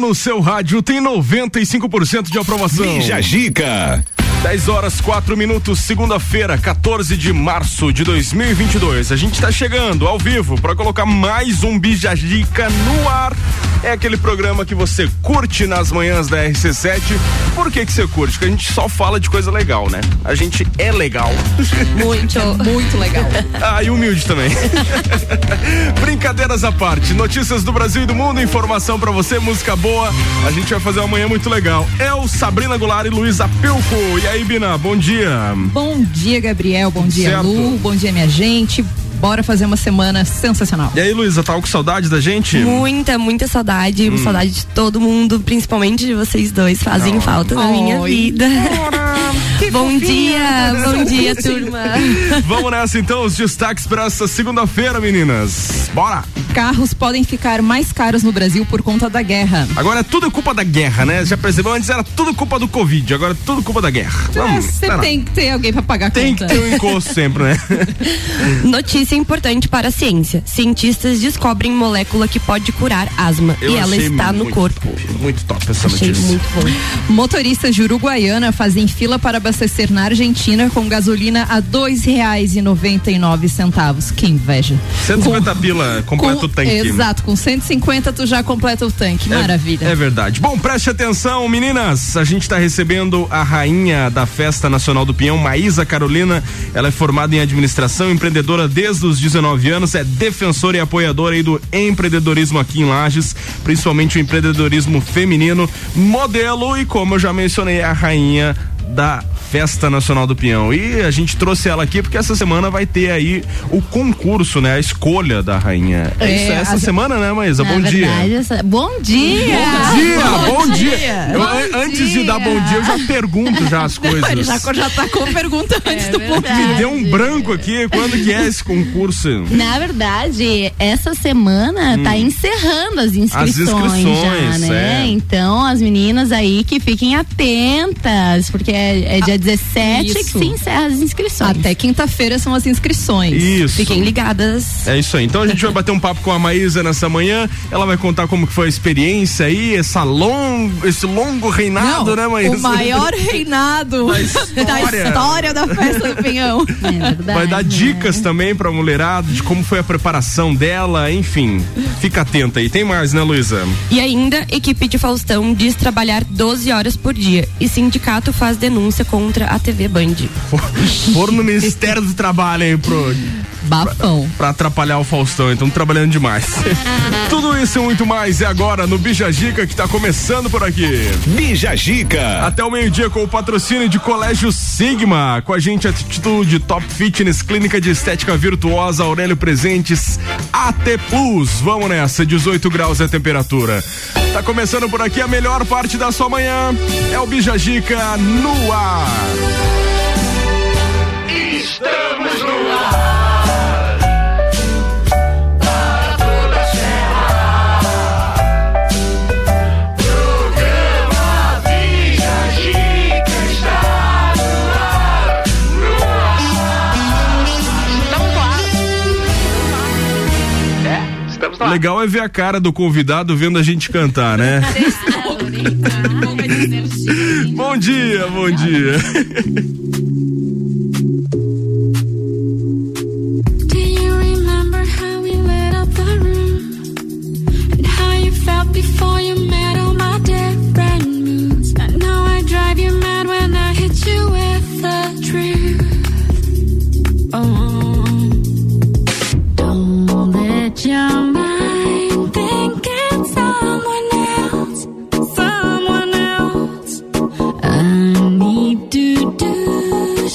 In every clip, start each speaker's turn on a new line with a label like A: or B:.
A: no seu rádio tem 95% de aprovação.
B: Bija Gica.
A: 10h04, segunda-feira, 14 de março de 2022. A gente tá chegando ao vivo para colocar mais um Bija Gica no ar. É aquele programa que você curte nas manhãs da RC7. Por que você curte? Porque a gente só fala de coisa legal, né? A gente é legal.
C: Muito legal.
A: Ah, e humilde também. Brincadeiras à parte, notícias do Brasil e do mundo, informação pra você, música boa. A gente vai fazer uma manhã muito legal. Eu, Sabrina Goulart e Luísa Pilco. E aí, Bina, bom dia.
C: Bom dia, Gabriel, bom dia,
A: certo.
C: Lu, bom dia, minha gente. Bora fazer uma semana sensacional.
A: E aí, Luísa, tá com saudade da gente?
D: Muita saudade, saudade de todo mundo, principalmente de vocês dois, fazem falta na minha vida. Bom dia, turma.
A: Vamos nessa então, os destaques para essa segunda-feira, meninas. Bora!
C: Carros podem ficar mais caros no Brasil por conta da guerra.
A: Agora é tudo culpa da guerra, né? Já percebeu? Antes era tudo culpa do Covid, agora é tudo culpa da guerra.
C: Sempre tem que ter alguém pra pagar a conta.
A: Tem que ter um encosto sempre, né?
D: Notícia importante para a ciência. Cientistas descobrem molécula que pode curar asma e ela está no corpo.
A: Muito top essa
D: Achei
A: notícia.
D: muito bom.
C: Motoristas de Uruguaiana fazem fila para abastecer na Argentina com gasolina a R$2,99. Que inveja.
A: 150 pila completa o tanque.
C: Exato, com 150 tu já completa o tanque. Maravilha.
A: É verdade. Bom, preste atenção, meninas. A gente está recebendo a rainha da Festa Nacional do Pinhão, Maísa Carolina. Ela é formada em administração, empreendedora desde os 19 anos, é defensora e apoiadora aí do empreendedorismo aqui em Lages, principalmente o empreendedorismo feminino, modelo e, como eu já mencionei, é a rainha da Festa Nacional do Pinhão. E a gente trouxe ela aqui porque essa semana vai ter aí o concurso, né? A escolha da rainha. Isso é essa semana, né, Maísa? Bom dia.
E: Bom dia!
A: Bom dia! Antes de dar bom dia, eu já pergunto já as coisas.
C: Ele já tá com pergunta antes do bom dia.
A: Me deu um branco aqui. Quando que é esse concurso?
E: Na verdade, essa semana tá encerrando as inscrições já, né? Então, as meninas aí que fiquem atentas, porque é dia 17 que se encerra as inscrições.
C: Até quinta-feira são as inscrições.
A: Isso.
D: Fiquem ligadas.
A: É isso aí. Então a gente vai bater um papo com a Maísa nessa manhã. Ela vai contar como que foi a experiência aí, esse longo reinado, né, Maísa?
C: O maior reinado da história da Festa do Pinhão.
E: É verdade.
A: Vai dar dicas também pra mulherada de como foi a preparação dela, enfim. Fica atenta aí. Tem mais, né, Luísa?
D: E ainda, equipe de Faustão diz trabalhar 12 horas por dia e sindicato faz denúncia contra a TV Band.
A: Foram no Ministério do Trabalho aí
C: Bafão.
A: pra atrapalhar o Faustão, então trabalhando demais. Tudo isso e muito mais é agora no Bija Gica, que tá começando por aqui.
B: Bija Gica.
A: Até o meio-dia com o patrocínio de Colégio Sigma. Com a gente, Atitude, Top Fitness, Clínica de Estética Virtuosa, Aurélio Presentes, AT Plus. Vamos nessa, 18 graus é a temperatura. Tá começando por aqui a melhor parte da sua manhã. É o Bija Gica no ar.
F: Estamos no ar.
A: Legal é ver a cara do convidado vendo a gente cantar, né? Bom dia, bom dia.
F: Someone else, I need to do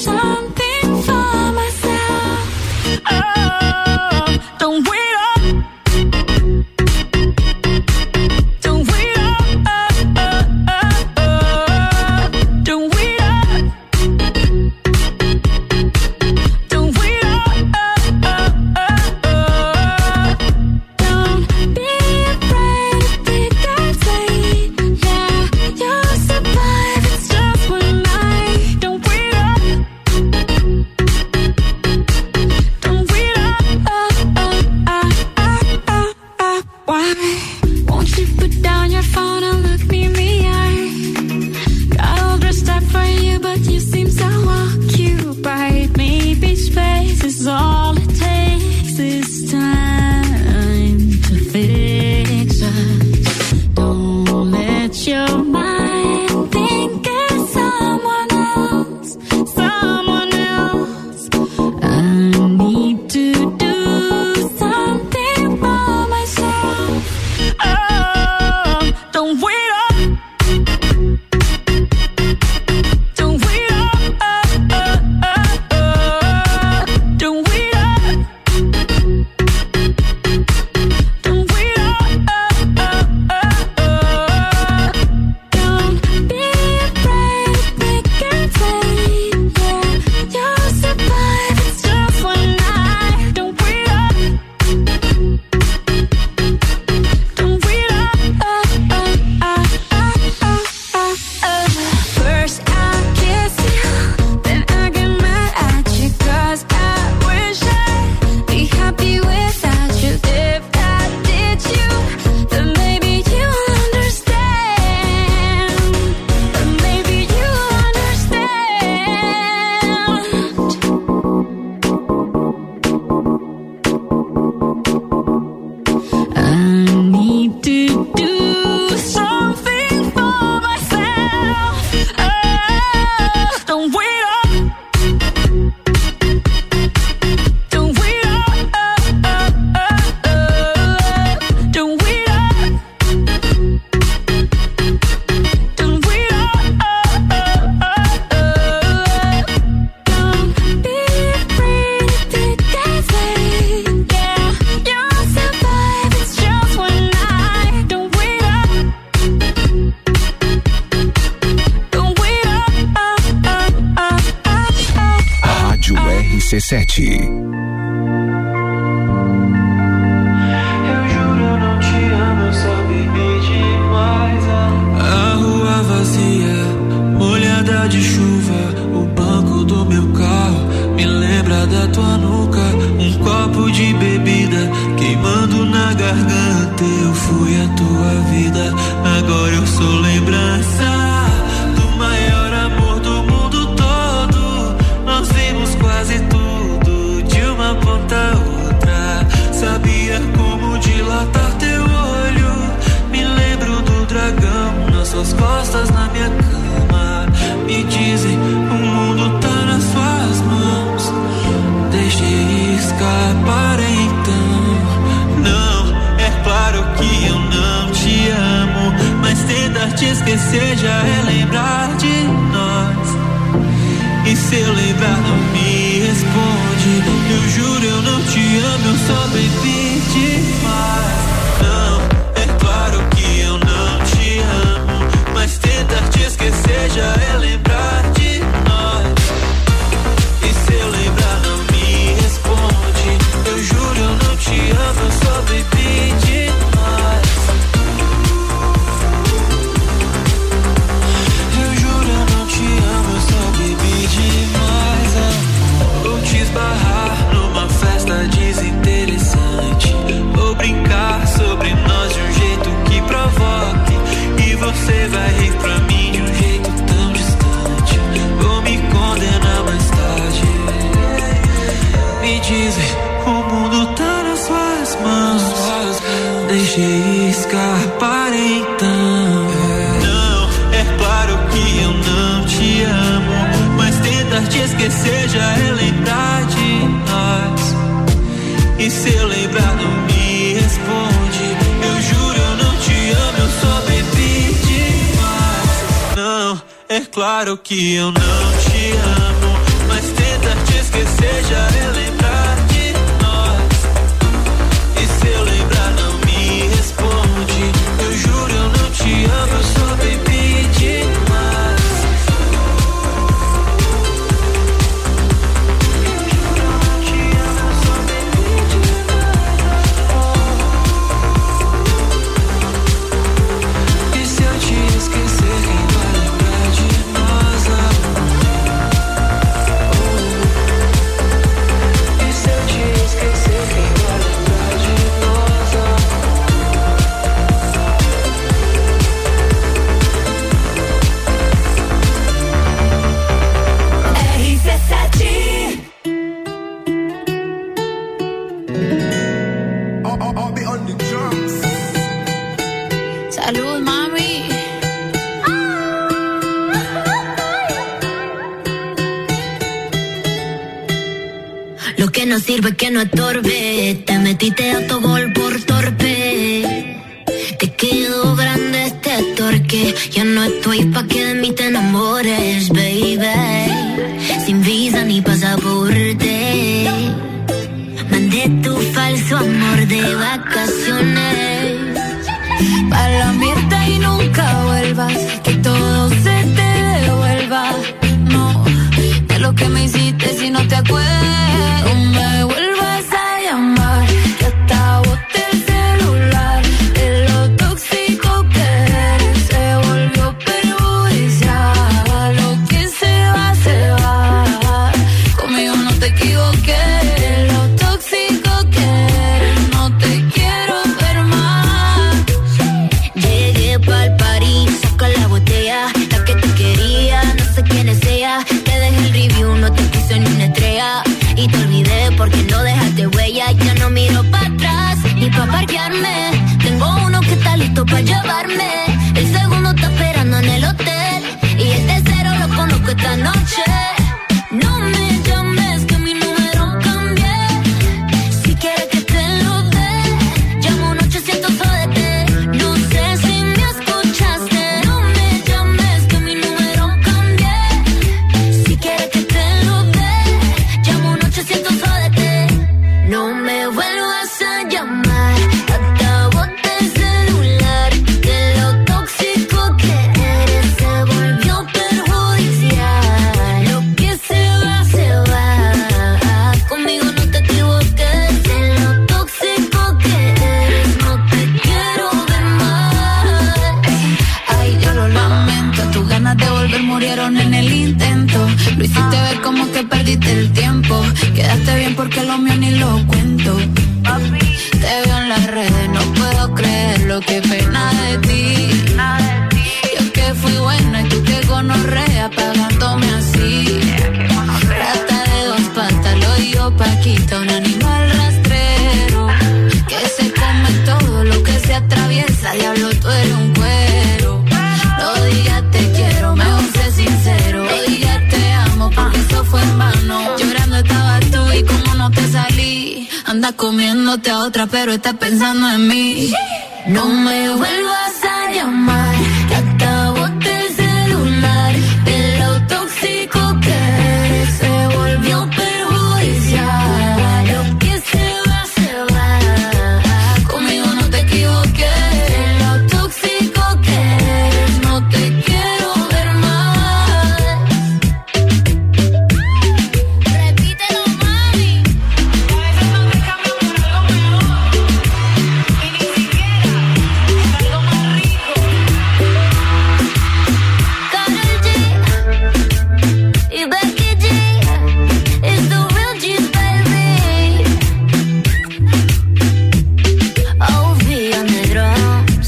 B: RC7.
G: De chuva, o banco do meu carro me lembra da tua nuca, um copo de bebida queimando na garganta. Eu fui a tua vida, agora eu sou lembrança do maior amor do mundo todo. Nós vimos quase tudo de uma ponta a outra. Sabia como dilatar teu olho. Me lembro do dragão nas suas costas, na minha cama. Me dizem, o mundo tá nas suas mãos. Deixe escapar então. Não, é claro que eu não te amo, mas tentar te esquecer já é lembrar de nós. E se eu lembrar não me responde. Eu juro eu não te amo, eu só bebi demais. Não, é claro que eu não te amo, mas tentar te esquecer já é lembrar de nós. E se eu lembrar não me responde. Eu juro eu não te amo, eu só bebi demais. Eu juro eu não te amo, eu só bebi demais. Vou te esbarrar numa festa desinteressante, vou brincar sobre nós de um jeito que provoque, e você vai rir pra mim de um jeito tão distante. Vou me condenar mais tarde. Me dizem, o mundo tá nas suas mãos. Deixe escapar então. Não, é claro que eu não te amo, mas tentar te esquecer já é lembrar de nós. E se eu lembrar não me responde. Eu juro eu não te amo, eu só bebi demais. Não, é claro que eu não te amo, mas tentar te esquecer já é lembrar de nós. E se eu lembrar não me responde. Eu juro eu não te amo, eu só bebi demais.
H: Salud, mami. Lo que no sirve que no estorbe. Te metiste autogol por torpe. Te quedó grande este torque. Ya no estoy pa' que de mí te enamores, baby. Sin visa ni pasaporte. Mandé tu falso amor de vacaciones pa' la mierda y nunca vuelvas. Que todo se te devuelva. No, de lo que me hiciste si no te acuerdas. No me vuelvas a llamar, que hasta boté el celular. De lo tóxico que eres se volvió perjudicial. Lo que se va, conmigo no te equivoqué. De lo tóxico que eres no te quiero ver más. Llegué pa'l party, saca la botella, la que te quería, no sé quién es ella. Te dejé el review, no te puse ni una estrella. Y te olvidé porque no dejaste huella. Ya no el tiempo. Quedaste bien porque lo mío ni lo cuento. Te veo en las redes, no puedo creerlo, qué pena de ti. Yo que fui buena y tú que gonorrea pagándome así. Rata de dos patas, lo digo Paquita, un animal rastrero que se come todo lo que se atraviesa. Diablo, tú eres un cuero. No digas te quiero, mejor sé sincero. No digas te amo porque eso fue en vano. Llorando estabas tú y como no te salí. Anda comiéndote a otra pero estás pensando en mí. No me vuelvas a llamar, que acabo el celular. De lo tóxico que eres se volvió perjudicial. Lo que se va, conmigo no te equivoqué. De lo tóxico que eres no te quiero ver más. Repítelo, mami. A veces no te cambio por algo mejor. Y ni siquiera algo más rico. Karol G y Becky G is the real G's, baby. OV on the drums.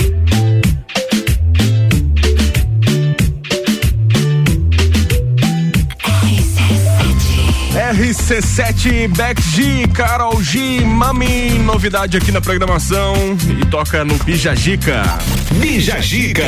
A: RC7, Beck G, Karol G, Mami, novidade aqui na programação e toca no Bijagica.
B: Bijagica.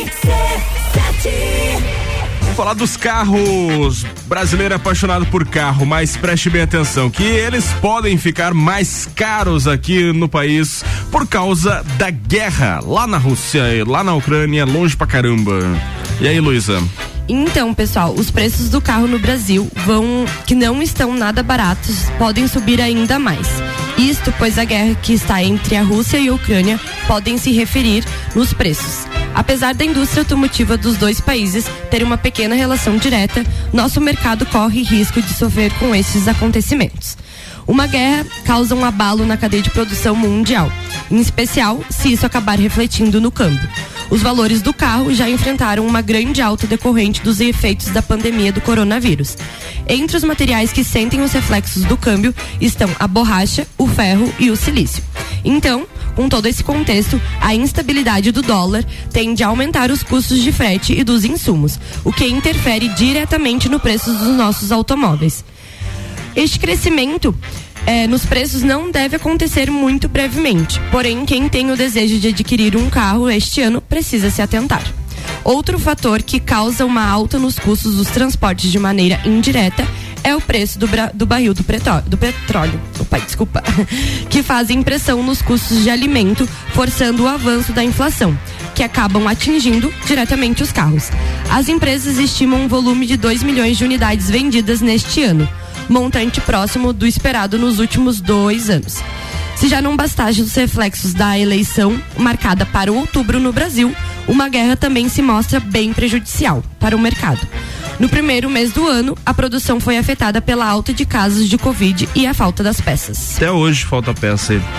A: Vamos falar dos carros. Brasileiro apaixonado por carro, mas preste bem atenção que eles podem ficar mais caros aqui no país por causa da guerra lá na Rússia, lá na Ucrânia, longe pra caramba. E aí, Luísa?
D: Então, pessoal, os preços do carro no Brasil que não estão nada baratos, podem subir ainda mais. Isto pois a guerra que está entre a Rússia e a Ucrânia podem se referir nos preços. Apesar da indústria automotiva dos dois países ter uma pequena relação direta, nosso mercado corre risco de sofrer com esses acontecimentos. Uma guerra causa um abalo na cadeia de produção mundial, em especial se isso acabar refletindo no câmbio. Os valores do carro já enfrentaram uma grande alta decorrente dos efeitos da pandemia do coronavírus. Entre os materiais que sentem os reflexos do câmbio estão a borracha, o ferro e o silício. Então, com todo esse contexto, a instabilidade do dólar tende a aumentar os custos de frete e dos insumos, o que interfere diretamente no preço dos nossos automóveis. Este crescimento nos preços não deve acontecer muito brevemente, porém quem tem o desejo de adquirir um carro este ano precisa se atentar. Outro fator que causa uma alta nos custos dos transportes de maneira indireta é o preço do barril do petróleo, que faz impressão nos custos de alimento, forçando o avanço da inflação, que acabam atingindo diretamente os carros. As empresas estimam um volume de 2 milhões de unidades vendidas neste ano, montante próximo do esperado nos últimos 2 anos. Se já não bastasse os reflexos da eleição marcada para outubro no Brasil, uma guerra também se mostra bem prejudicial para o mercado. No primeiro mês do ano, a produção foi afetada pela alta de casos de Covid e a falta das peças.
A: Até hoje falta peça aí.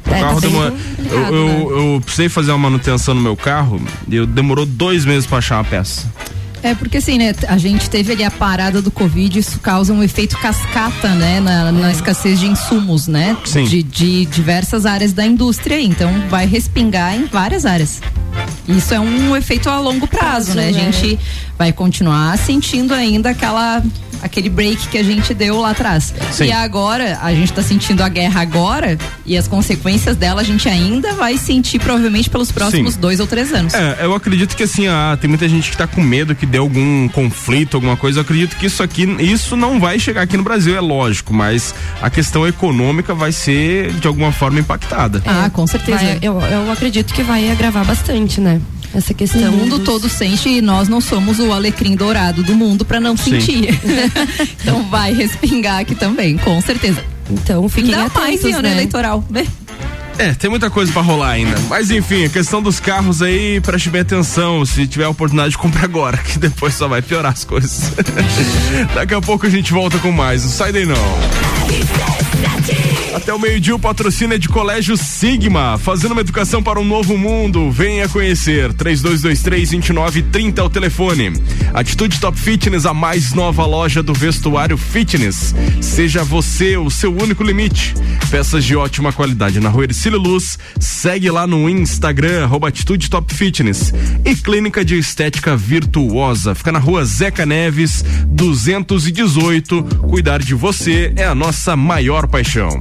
A: Eu precisei fazer uma manutenção no meu carro e demorou 2 meses para achar uma peça.
C: É porque assim, né, a gente teve ali a parada do Covid, isso causa um efeito cascata, né, na escassez de insumos, né?
A: Sim.
C: De diversas áreas da indústria, então vai respingar em várias áreas. Isso é um efeito a longo prazo, né? A gente vai continuar sentindo ainda aquele break que a gente deu lá atrás.
A: Sim.
C: E agora, a gente tá sentindo a guerra agora e as consequências dela a gente ainda vai sentir provavelmente pelos próximos 2 ou 3 anos.
A: Eu acredito que assim, tem muita gente que tá com medo que dê algum conflito, alguma coisa. Eu acredito que isso não vai chegar aqui no Brasil, é lógico, mas a questão econômica vai ser de alguma forma impactada.
C: Com certeza.
D: Eu acredito que vai agravar bastante, né? Essa questão.
C: O mundo todo sente e nós não somos o alecrim dourado do mundo pra não sentir. Então vai respingar aqui também, com certeza.
D: Então fiquem atentos,
C: mais em ano eleitoral.
A: Tem muita coisa pra rolar ainda. Mas enfim, a questão dos carros aí, preste bem atenção. Se tiver a oportunidade, compre agora, que depois só vai piorar as coisas. Daqui a pouco a gente volta com mais. Não sai daí não. Até o meio-dia o patrocínio é de Colégio Sigma, fazendo uma educação para um novo mundo. Venha conhecer. 3223-2930 é o telefone. Atitude Top Fitness, a mais nova loja do vestuário fitness. Seja você o seu único limite. Peças de ótima qualidade na Rua Ercílio Luz. Segue lá no Instagram, @Atitude Top Fitness. E Clínica de Estética Virtuosa. Fica na Rua Zeca Neves, 218. Cuidar de você é a nossa maior paixão.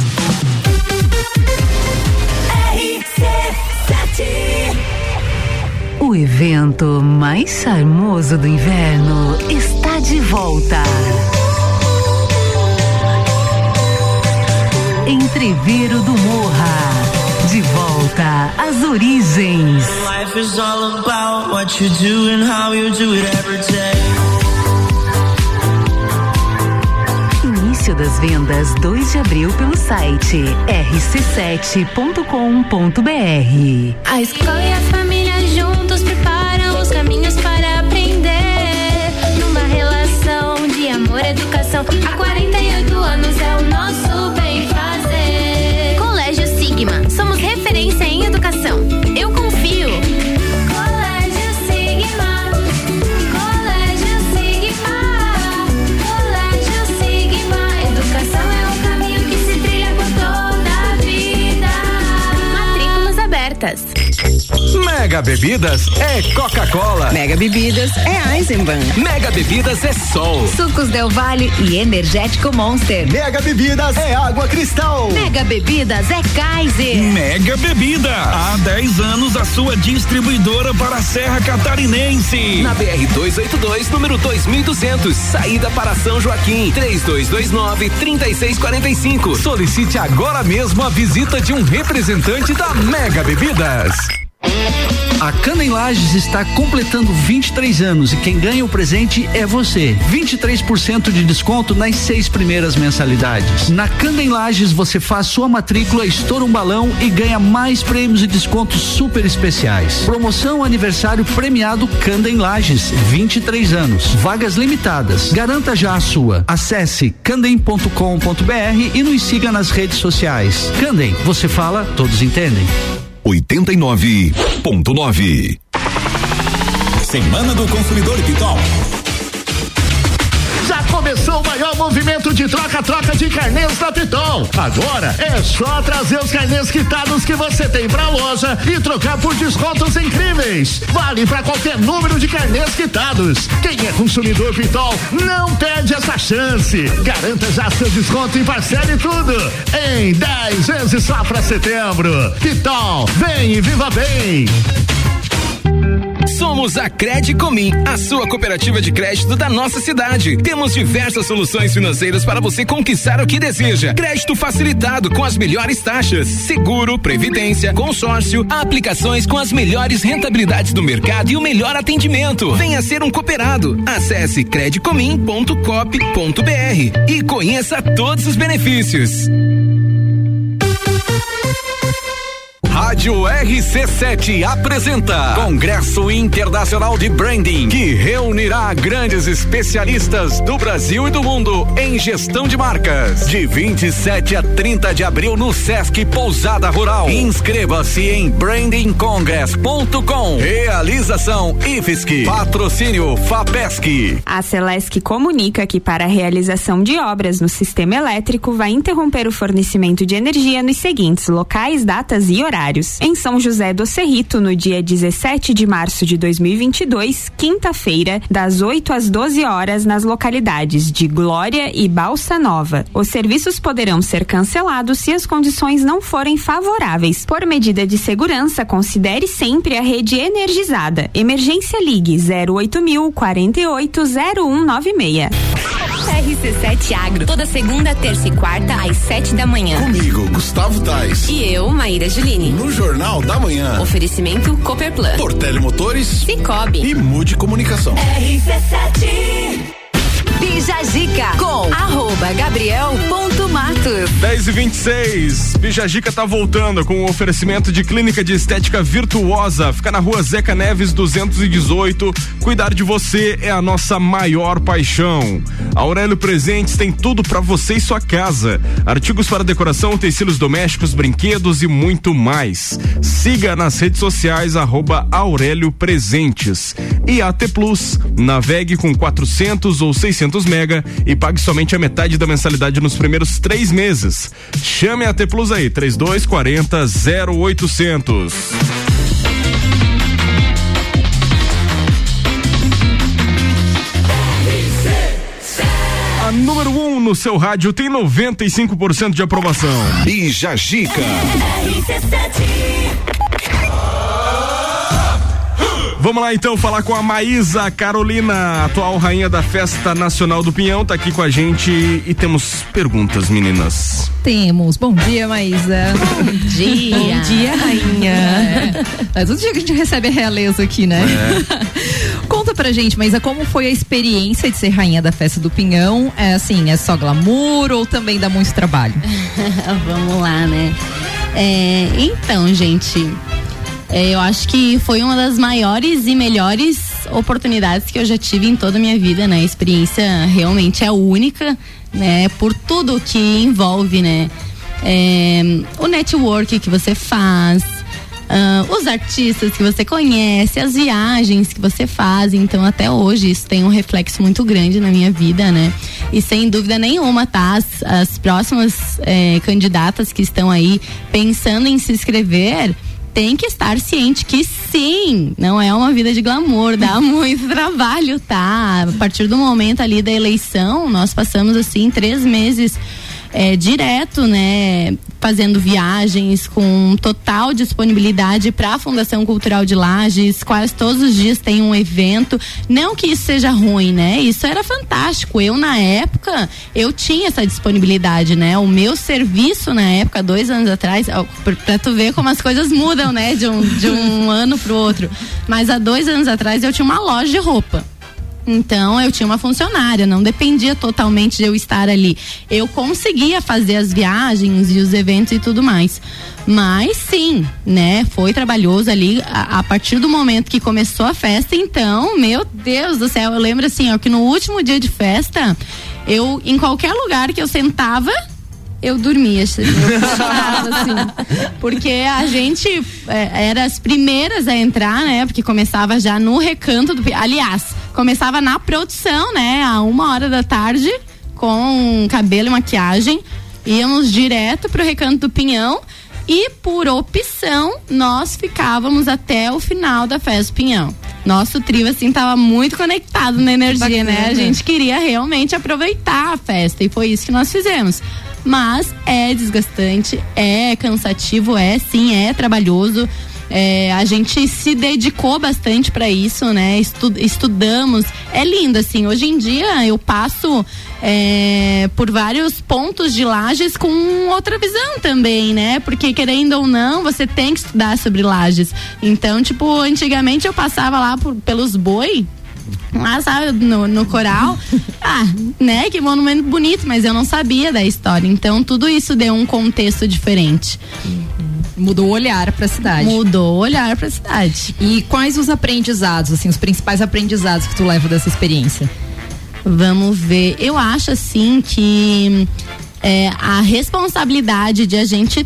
I: O evento mais charmoso do inverno está de volta. Entreveiro do Morra. De volta às origens. Life is all about what you do and how you do it every day. Início das vendas 2 de abril pelo site rc7.com.br.
H: A escola e a família juntos preparam os caminhos para aprender. Numa relação de amor e educação, há 48 anos é o nosso bem fazer. Colégio Sigma, somos referência em educação. Eu confio. Colégio Sigma, Colégio Sigma, Colégio Sigma. Educação é um caminho que se trilha por toda a vida. Matrículas abertas.
B: Mega Bebidas é Coca-Cola.
J: Mega Bebidas é Eisenbahn.
B: Mega Bebidas é Sol.
J: Sucos Del Valle e Energético Monster.
K: Mega Bebidas é Água Cristal.
J: Mega Bebidas é Kaiser.
B: Mega Bebidas. Há 10 anos a sua distribuidora para a Serra Catarinense. Na BR-282, número 2200, saída para São Joaquim. 3229-3645. Solicite agora mesmo a visita de um representante da Mega Bebidas.
L: A Canda em Lages está completando 23 anos e quem ganha o presente é você. 23% de desconto nas 6 primeiras mensalidades. Na Canda em Lages você faz sua matrícula, estoura um balão e ganha mais prêmios e descontos super especiais. Promoção aniversário premiado Canda em Lages, 23 anos. Vagas limitadas. Garanta já a sua. Acesse candem.com.br e nos siga nas redes sociais. Candem, você fala, todos entendem.
B: 89.9. Semana do Consumidor Pitol.
K: Já começou o maior movimento de troca-troca de carnês da Pitol. Agora é só trazer os carnês quitados que você tem pra loja e trocar por descontos incríveis. Vale pra qualquer número de carnês quitados. Quem é consumidor Pitol não perde essa chance. Garanta já seu desconto e parcele tudo em 10 vezes só pra setembro. Pitol, vem e viva bem.
M: Somos a Credicomim, a sua cooperativa de crédito da nossa cidade. Temos diversas soluções financeiras para você conquistar o que deseja. Crédito facilitado com as melhores taxas, seguro, previdência, consórcio, aplicações com as melhores rentabilidades do mercado e o melhor atendimento. Venha ser um cooperado. Acesse credicomim.coop.br e conheça todos os benefícios.
B: Rádio RC7 apresenta Congresso Internacional de Branding, que reunirá grandes especialistas do Brasil e do mundo em gestão de marcas. De 27 a 30 de abril no Sesc Pousada Rural. Inscreva-se em brandingcongress.com. Realização IFSC. Patrocínio FAPESC.
N: A Celesc comunica que para a realização de obras no sistema elétrico vai interromper o fornecimento de energia nos seguintes locais, datas e horários. Em São José do Cerrito, no dia 17 de março de 2022, quinta-feira, das 8 às 12 horas, nas localidades de Glória e Balsa Nova. Os serviços poderão ser cancelados se as condições não forem favoráveis. Por medida de segurança, considere sempre a rede energizada. Emergência Ligue 08.000 480196.
O: RC7 Agro, toda segunda, terça e quarta, às 7 da manhã.
P: Comigo, Gustavo Tais.
O: E eu, Maíra Juline.
P: No Jornal da Manhã.
O: Oferecimento Cooperplan.
P: Portele Motores.
O: Cicobi.
P: E Mude Comunicação.
O: RC7.
J: Bija Zica com @Gabriel.Matos.
A: 10h26, Bija Zica tá voltando com o oferecimento de Clínica de Estética Virtuosa. Fica na Rua Zeca Neves 218. Cuidar de você é a nossa maior paixão. A Aurélio Presentes tem tudo pra você e sua casa. Artigos para decoração, utensílios domésticos, brinquedos e muito mais. Siga nas redes sociais @Aurélio Presentes. E AT Plus, navegue com 400 ou 600 mega e pague somente a metade da mensalidade nos primeiros 3 meses. Chame a AT Plus aí, 3240 0800. A número 1 no seu rádio tem 95% de aprovação.
B: Bija Zica.
A: Vamos lá então falar com a Maísa Carolina, atual rainha da Festa Nacional do Pinhão, tá aqui com a gente e temos perguntas, meninas.
C: Temos. Bom dia, Maísa.
E: Bom dia.
C: Bom dia, rainha. É todo dia que a gente recebe a realeza aqui, né? Conta pra gente, Maísa, como foi a experiência de ser rainha da Festa do Pinhão? É assim, é só glamour ou também dá muito trabalho?
E: Vamos lá, né? Então, gente, eu acho que foi uma das maiores e melhores oportunidades que eu já tive em toda a minha vida, né? A experiência realmente é única, né? Por tudo que envolve, né? O network que você faz, os artistas que você conhece, as viagens que você faz. Então, até hoje, isso tem um reflexo muito grande na minha vida, né? E sem dúvida nenhuma, tá? As próximas candidatas que estão aí pensando em se inscrever, tem que estar ciente que sim, não é uma vida de glamour, dá muito trabalho, tá? A partir do momento ali da eleição, nós passamos assim 3 meses direto, né? Fazendo viagens com total disponibilidade para a Fundação Cultural de Lages, quase todos os dias tem um evento. Não que isso seja ruim, né? Isso era fantástico. Eu, na época, eu tinha essa disponibilidade, né? O meu serviço na época, 2 anos atrás, pra tu ver como as coisas mudam, né? De um ano pro outro. Mas há 2 anos atrás eu tinha uma loja de roupa. Então, eu tinha uma funcionária, não dependia totalmente de eu estar ali. Eu conseguia fazer as viagens e os eventos e tudo mais. Mas sim, né? Foi trabalhoso ali a partir do momento que começou a festa. Então, meu Deus do céu, eu lembro assim, ó, que no último dia de festa, em qualquer lugar que eu sentava, eu dormia, eu chorava, assim, porque a gente era as primeiras a entrar, né, porque começava já no recanto aliás, começava na produção, né, a 1h da tarde, com cabelo e maquiagem, íamos direto pro recanto do Pinhão e por opção nós ficávamos até o final da Festa do Pinhão. Nosso trio, assim, tava muito conectado na energia, né, a gente queria realmente aproveitar a festa e foi isso que nós fizemos. Mas é desgastante, é cansativo, sim, é trabalhoso. A gente se dedicou bastante para isso, né? Estudamos. É lindo, assim. Hoje em dia eu passo por vários pontos de Lages com outra visão também, né? Porque querendo ou não, você tem que estudar sobre Lages. Então, tipo, antigamente eu passava lá pelos boi. Lá, sabe, no coral, né, que monumento bonito, mas eu não sabia da história, então tudo isso deu um contexto diferente.
C: Mudou o olhar pra cidade.
E: Mudou o olhar pra cidade.
C: E quais os aprendizados, assim, os principais aprendizados que tu leva dessa experiência?
E: Vamos ver, eu acho assim que a responsabilidade de a gente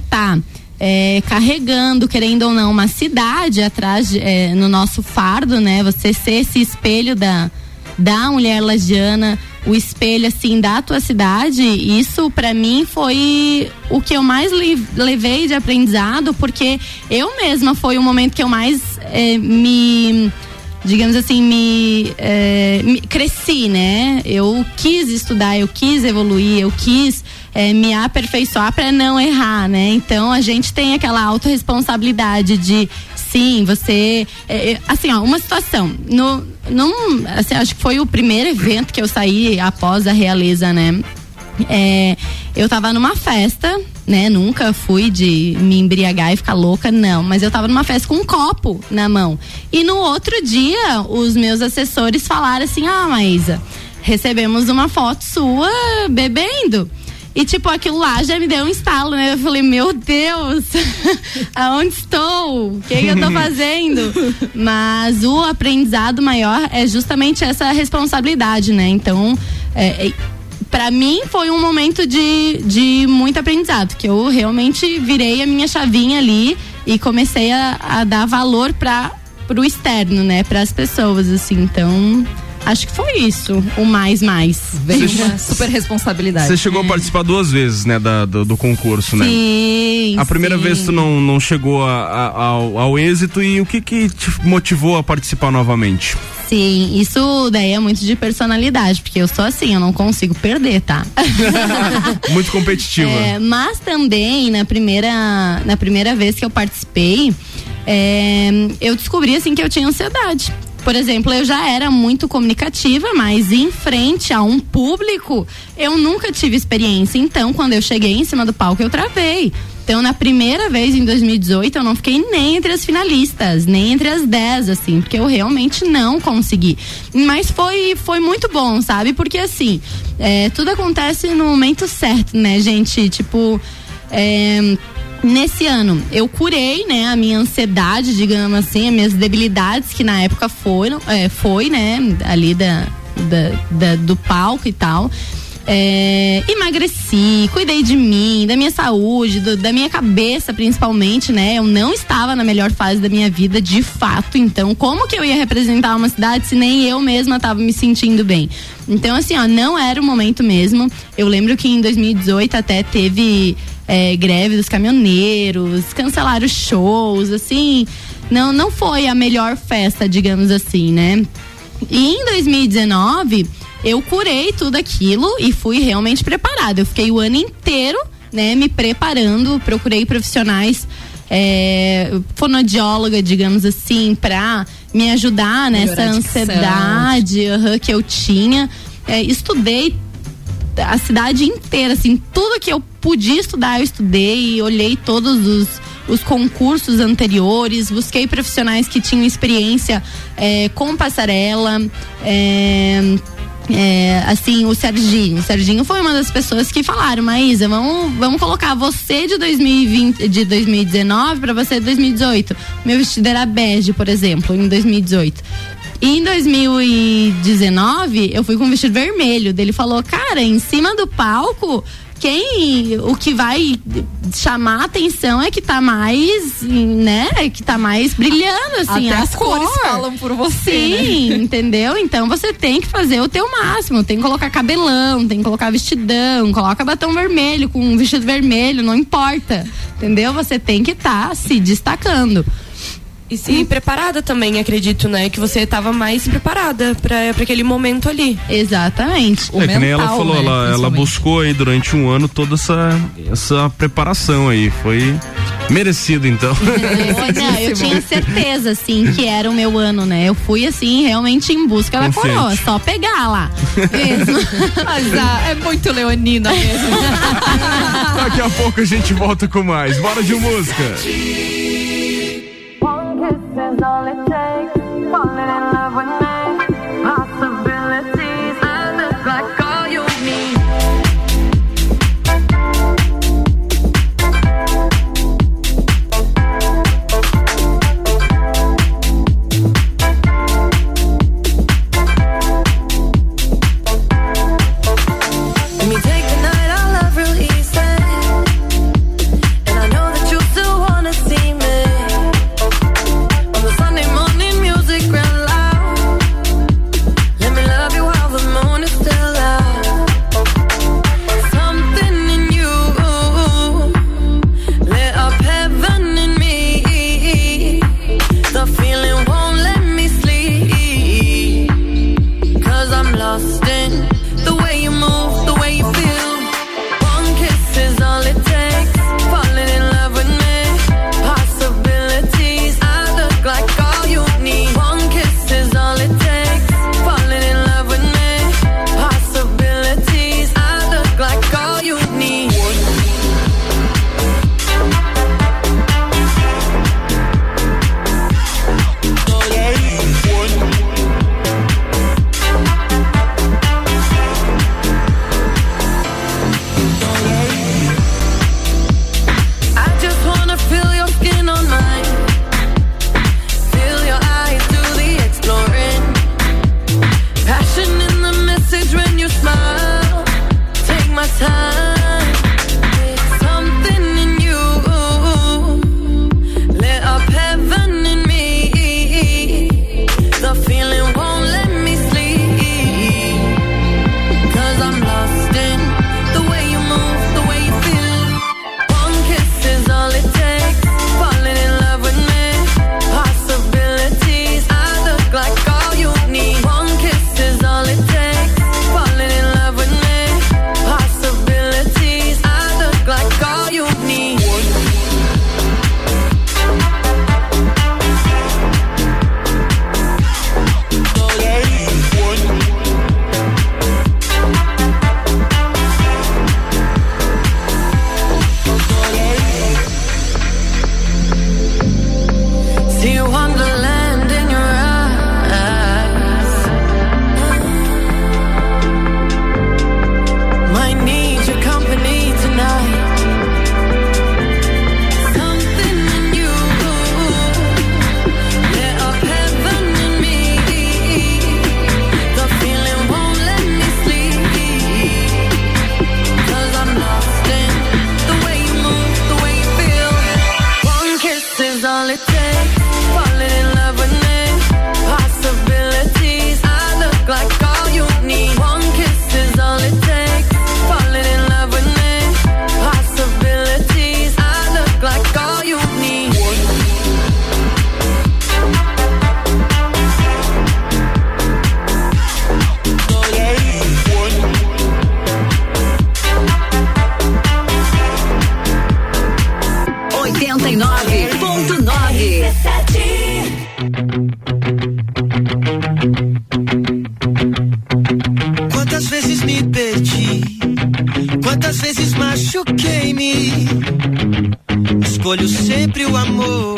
E: carregando, querendo ou não, uma cidade atrás, no nosso fardo, né? Você ser esse espelho da mulher lagiana, o espelho, assim, da tua cidade, isso pra mim foi o que eu mais levei de aprendizado, porque eu mesma foi o momento que eu mais digamos assim, me cresci, né? Eu quis estudar, eu quis evoluir, eu quis me aperfeiçoar para não errar, né? Então a gente tem aquela autorresponsabilidade de, sim, você, assim, ó, uma situação, assim, acho que foi o primeiro evento que eu saí após a realeza, né? Eu tava numa festa, né? Nunca fui de me embriagar e ficar louca, não. Mas eu tava numa festa com um copo na mão. E no outro dia, os meus assessores falaram assim: Maísa, recebemos uma foto sua bebendo. E tipo, aquilo lá já me deu um estalo, né? Eu falei, meu Deus, aonde estou? O que eu tô fazendo? Mas o aprendizado maior é justamente essa responsabilidade, né? Então, pra mim foi um momento de muito aprendizado, que eu realmente virei a minha chavinha ali e comecei a dar valor pro externo, né? Pras pessoas, assim, então... Acho que foi isso, o mais.
C: Veio uma super responsabilidade.
A: Você chegou a participar 2 vezes, né, do concurso, né?
E: Sim.
A: A primeira vez tu não chegou ao êxito, e o que te motivou a participar novamente?
E: Sim, isso daí é muito de personalidade, porque eu sou assim, eu não consigo perder, tá?
A: Muito competitiva.
E: Mas também, na primeira vez que eu participei, eu descobri, assim, que eu tinha ansiedade. Por exemplo, eu já era muito comunicativa, mas em frente a um público, eu nunca tive experiência. Então, quando eu cheguei em cima do palco, eu travei. Então, na primeira vez, em 2018, eu não fiquei nem entre as finalistas, nem entre as 10, assim, porque eu realmente não consegui. Mas foi muito bom, sabe? Porque, assim, tudo acontece no momento certo, né, gente? Tipo, nesse ano, eu curei, né, a minha ansiedade, digamos assim, as minhas debilidades, que na época foi, né, ali do palco e tal. Emagreci, cuidei de mim, da minha saúde, da minha cabeça principalmente, né? Eu não estava na melhor fase da minha vida, de fato. Então, como que eu ia representar uma cidade se nem eu mesma estava me sentindo bem? Então, assim, ó, não era o momento mesmo. Eu lembro que em 2018 até teve greve dos caminhoneiros, cancelaram shows, assim, não foi a melhor festa, digamos assim, né? E em 2019 eu curei tudo aquilo e fui realmente preparada. Eu fiquei o ano inteiro, né, me preparando, procurei profissionais, fonoaudióloga, digamos assim, pra me ajudar nessa ansiedade que eu tinha. Estudei a cidade inteira, assim, tudo que eu podia estudar, eu estudei, olhei todos os concursos anteriores, busquei profissionais que tinham experiência com passarela, assim, o Serginho foi uma das pessoas que falaram, Maísa, vamos colocar você de 2019 pra você de 2018. Meu vestido era bege, por exemplo, em 2018. E em 2019, eu fui com um vestido vermelho. Ele falou, cara, em cima do palco, o que vai chamar a atenção é que tá mais, né, que tá mais brilhando, assim.
C: Até as cores falam por você.
E: Sim,
C: né?
E: Entendeu? Então você tem que fazer o teu máximo, tem que colocar cabelão, tem que colocar vestidão, coloca batom vermelho com um vestido vermelho, não importa, entendeu? Você tem que estar se destacando.
D: E se preparada também, acredito, né? Que você estava mais preparada para aquele momento ali.
E: Exatamente.
A: Que nem ela falou, né? ela buscou aí durante um ano toda essa preparação aí. Foi merecido, então.
E: Eu tinha certeza, assim, que era o meu ano, né? Eu fui, assim, realmente em busca da coroa. Só pegar lá. Mesmo.
C: Mas é muito leonina mesmo.
A: Daqui a pouco a gente volta com mais. Bora de música.
F: Is all it takes, falling in love with me, possibilities, I look like all you need. Let me take the night, I love real easy, and I know that you still wanna see me. Sunday morning music real loud. Let me love you while the moon is still out. Something in you lit up heaven in me. The feeling won't let me sleep, 'cause I'm lost in the way you move, the way you feel. One kiss is all it takes, falling in love with me, possibilities, I look like all you need. One kiss is all it takes, falling in love with me, possibilities, I look like all you need.
Q: Escolho sempre o amor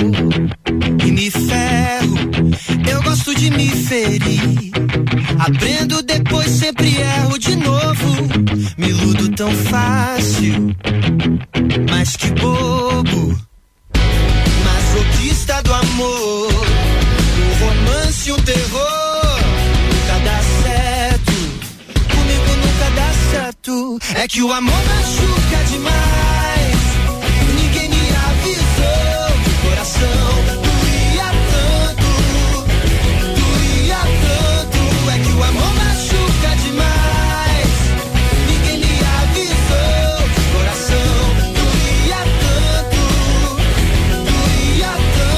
Q: e me ferro. Eu gosto de me ferir. Aprendo, depois sempre erro de novo. Me iludo tão fácil, mas que bobo. Masoquista do amor, um romance, um terror. Nunca dá certo, comigo nunca dá certo. É que o amor machuca demais. Ninguém me avisou que o coração doía tanto, doía tanto. É que o amor machuca demais. Ninguém me avisou que o coração doía tanto, doía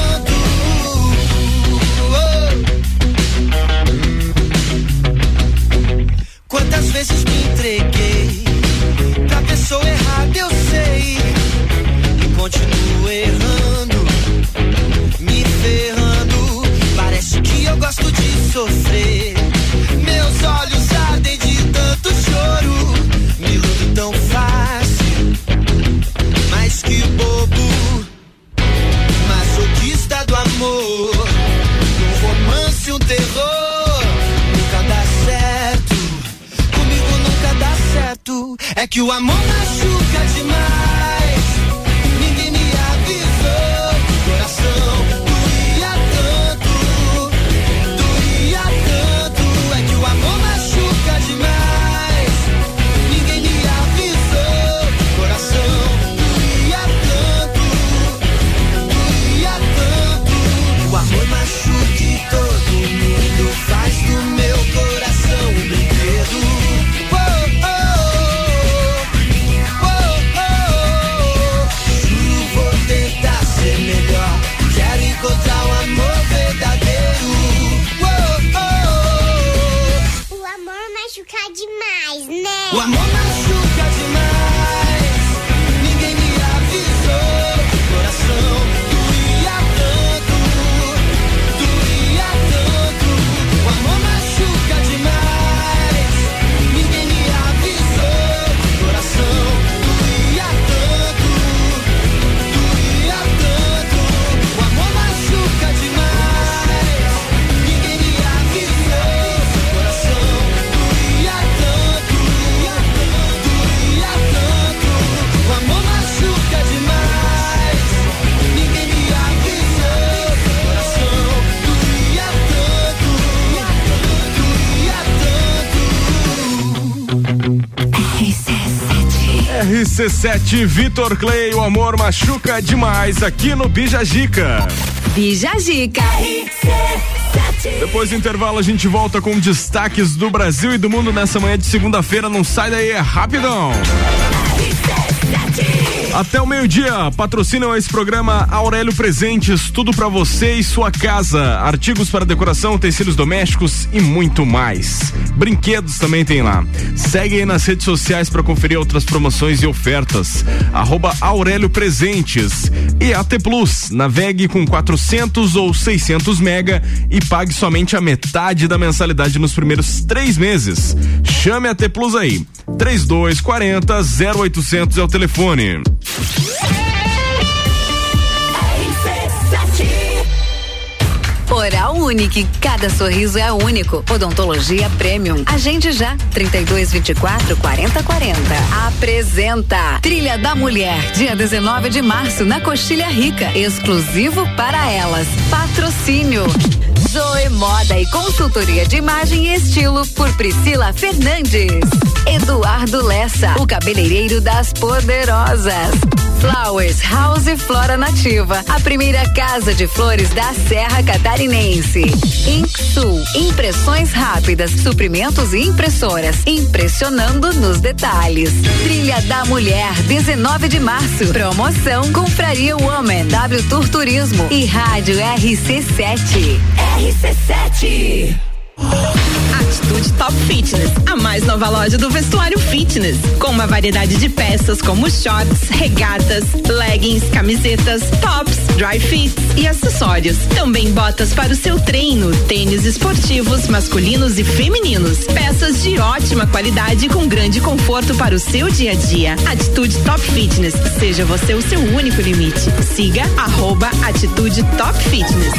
Q: tanto. Quantas vezes me entreguei pra pessoa errada, eu sei, e continuo errando, me ferrando. Parece que eu gosto de sofrer. Meus olhos ardem de tanto choro. Me iludo tão fácil, mas que bobo. Masoquista do amor, um romance, um terror. Nunca dá certo, comigo nunca dá certo. É que o amor machuca demais. Ninguém me avisou que o coração doía tanto, doía tanto. É que o amor machuca demais. Ninguém me avisou que o coração doía tanto, doía tanto. O amor machuca e todo mundo faz do meu coração um brinquedo. Oh, oh, oh, oh, oh.
A: RC7, Vitor Clay, o amor machuca demais aqui no Bijagica.
J: Bijagica.
A: Depois do intervalo a gente volta com destaques do Brasil e do mundo nessa manhã de segunda-feira. Não sai daí, é rapidão. Até o meio-dia, patrocinam esse programa Aurélio Presentes, tudo pra você e sua casa, artigos para decoração, utensílios domésticos e muito mais. Brinquedos também tem lá. Segue aí nas redes sociais para conferir outras promoções e ofertas. @Aurélio Presentes. E AT Plus, navegue com 400 ou 600 mega e pague somente a metade da mensalidade nos primeiros 3 meses. Chame a AT Plus aí. 3240-0800 é o telefone.
J: Oral Unique, cada sorriso é único. Odontologia Premium. Agende já, 3224-4040. Apresenta Trilha da Mulher, dia 19 de março, na Coxilha Rica, exclusivo para elas. Patrocínio Zoe Moda e consultoria de imagem e estilo por Priscila Fernandes. Eduardo Lessa, o cabeleireiro das poderosas. Flowers House Flora Nativa, a primeira casa de flores da Serra Catarinense. Inksul, impressões rápidas, suprimentos e impressoras, impressionando nos detalhes. Trilha da Mulher, 19 de março, promoção Confraria Woman, W Tour Turismo e Rádio RC7. RC7.
R: Atitude Top Fitness, a mais nova loja do vestuário fitness, com uma variedade de peças como shorts, regatas, leggings, camisetas, tops, dry fits e acessórios. Também botas para o seu treino, tênis esportivos masculinos e femininos, peças de ótima qualidade com grande conforto para o seu dia a dia. Atitude Top Fitness, seja você o seu único limite. Siga @Atitude Top Fitness.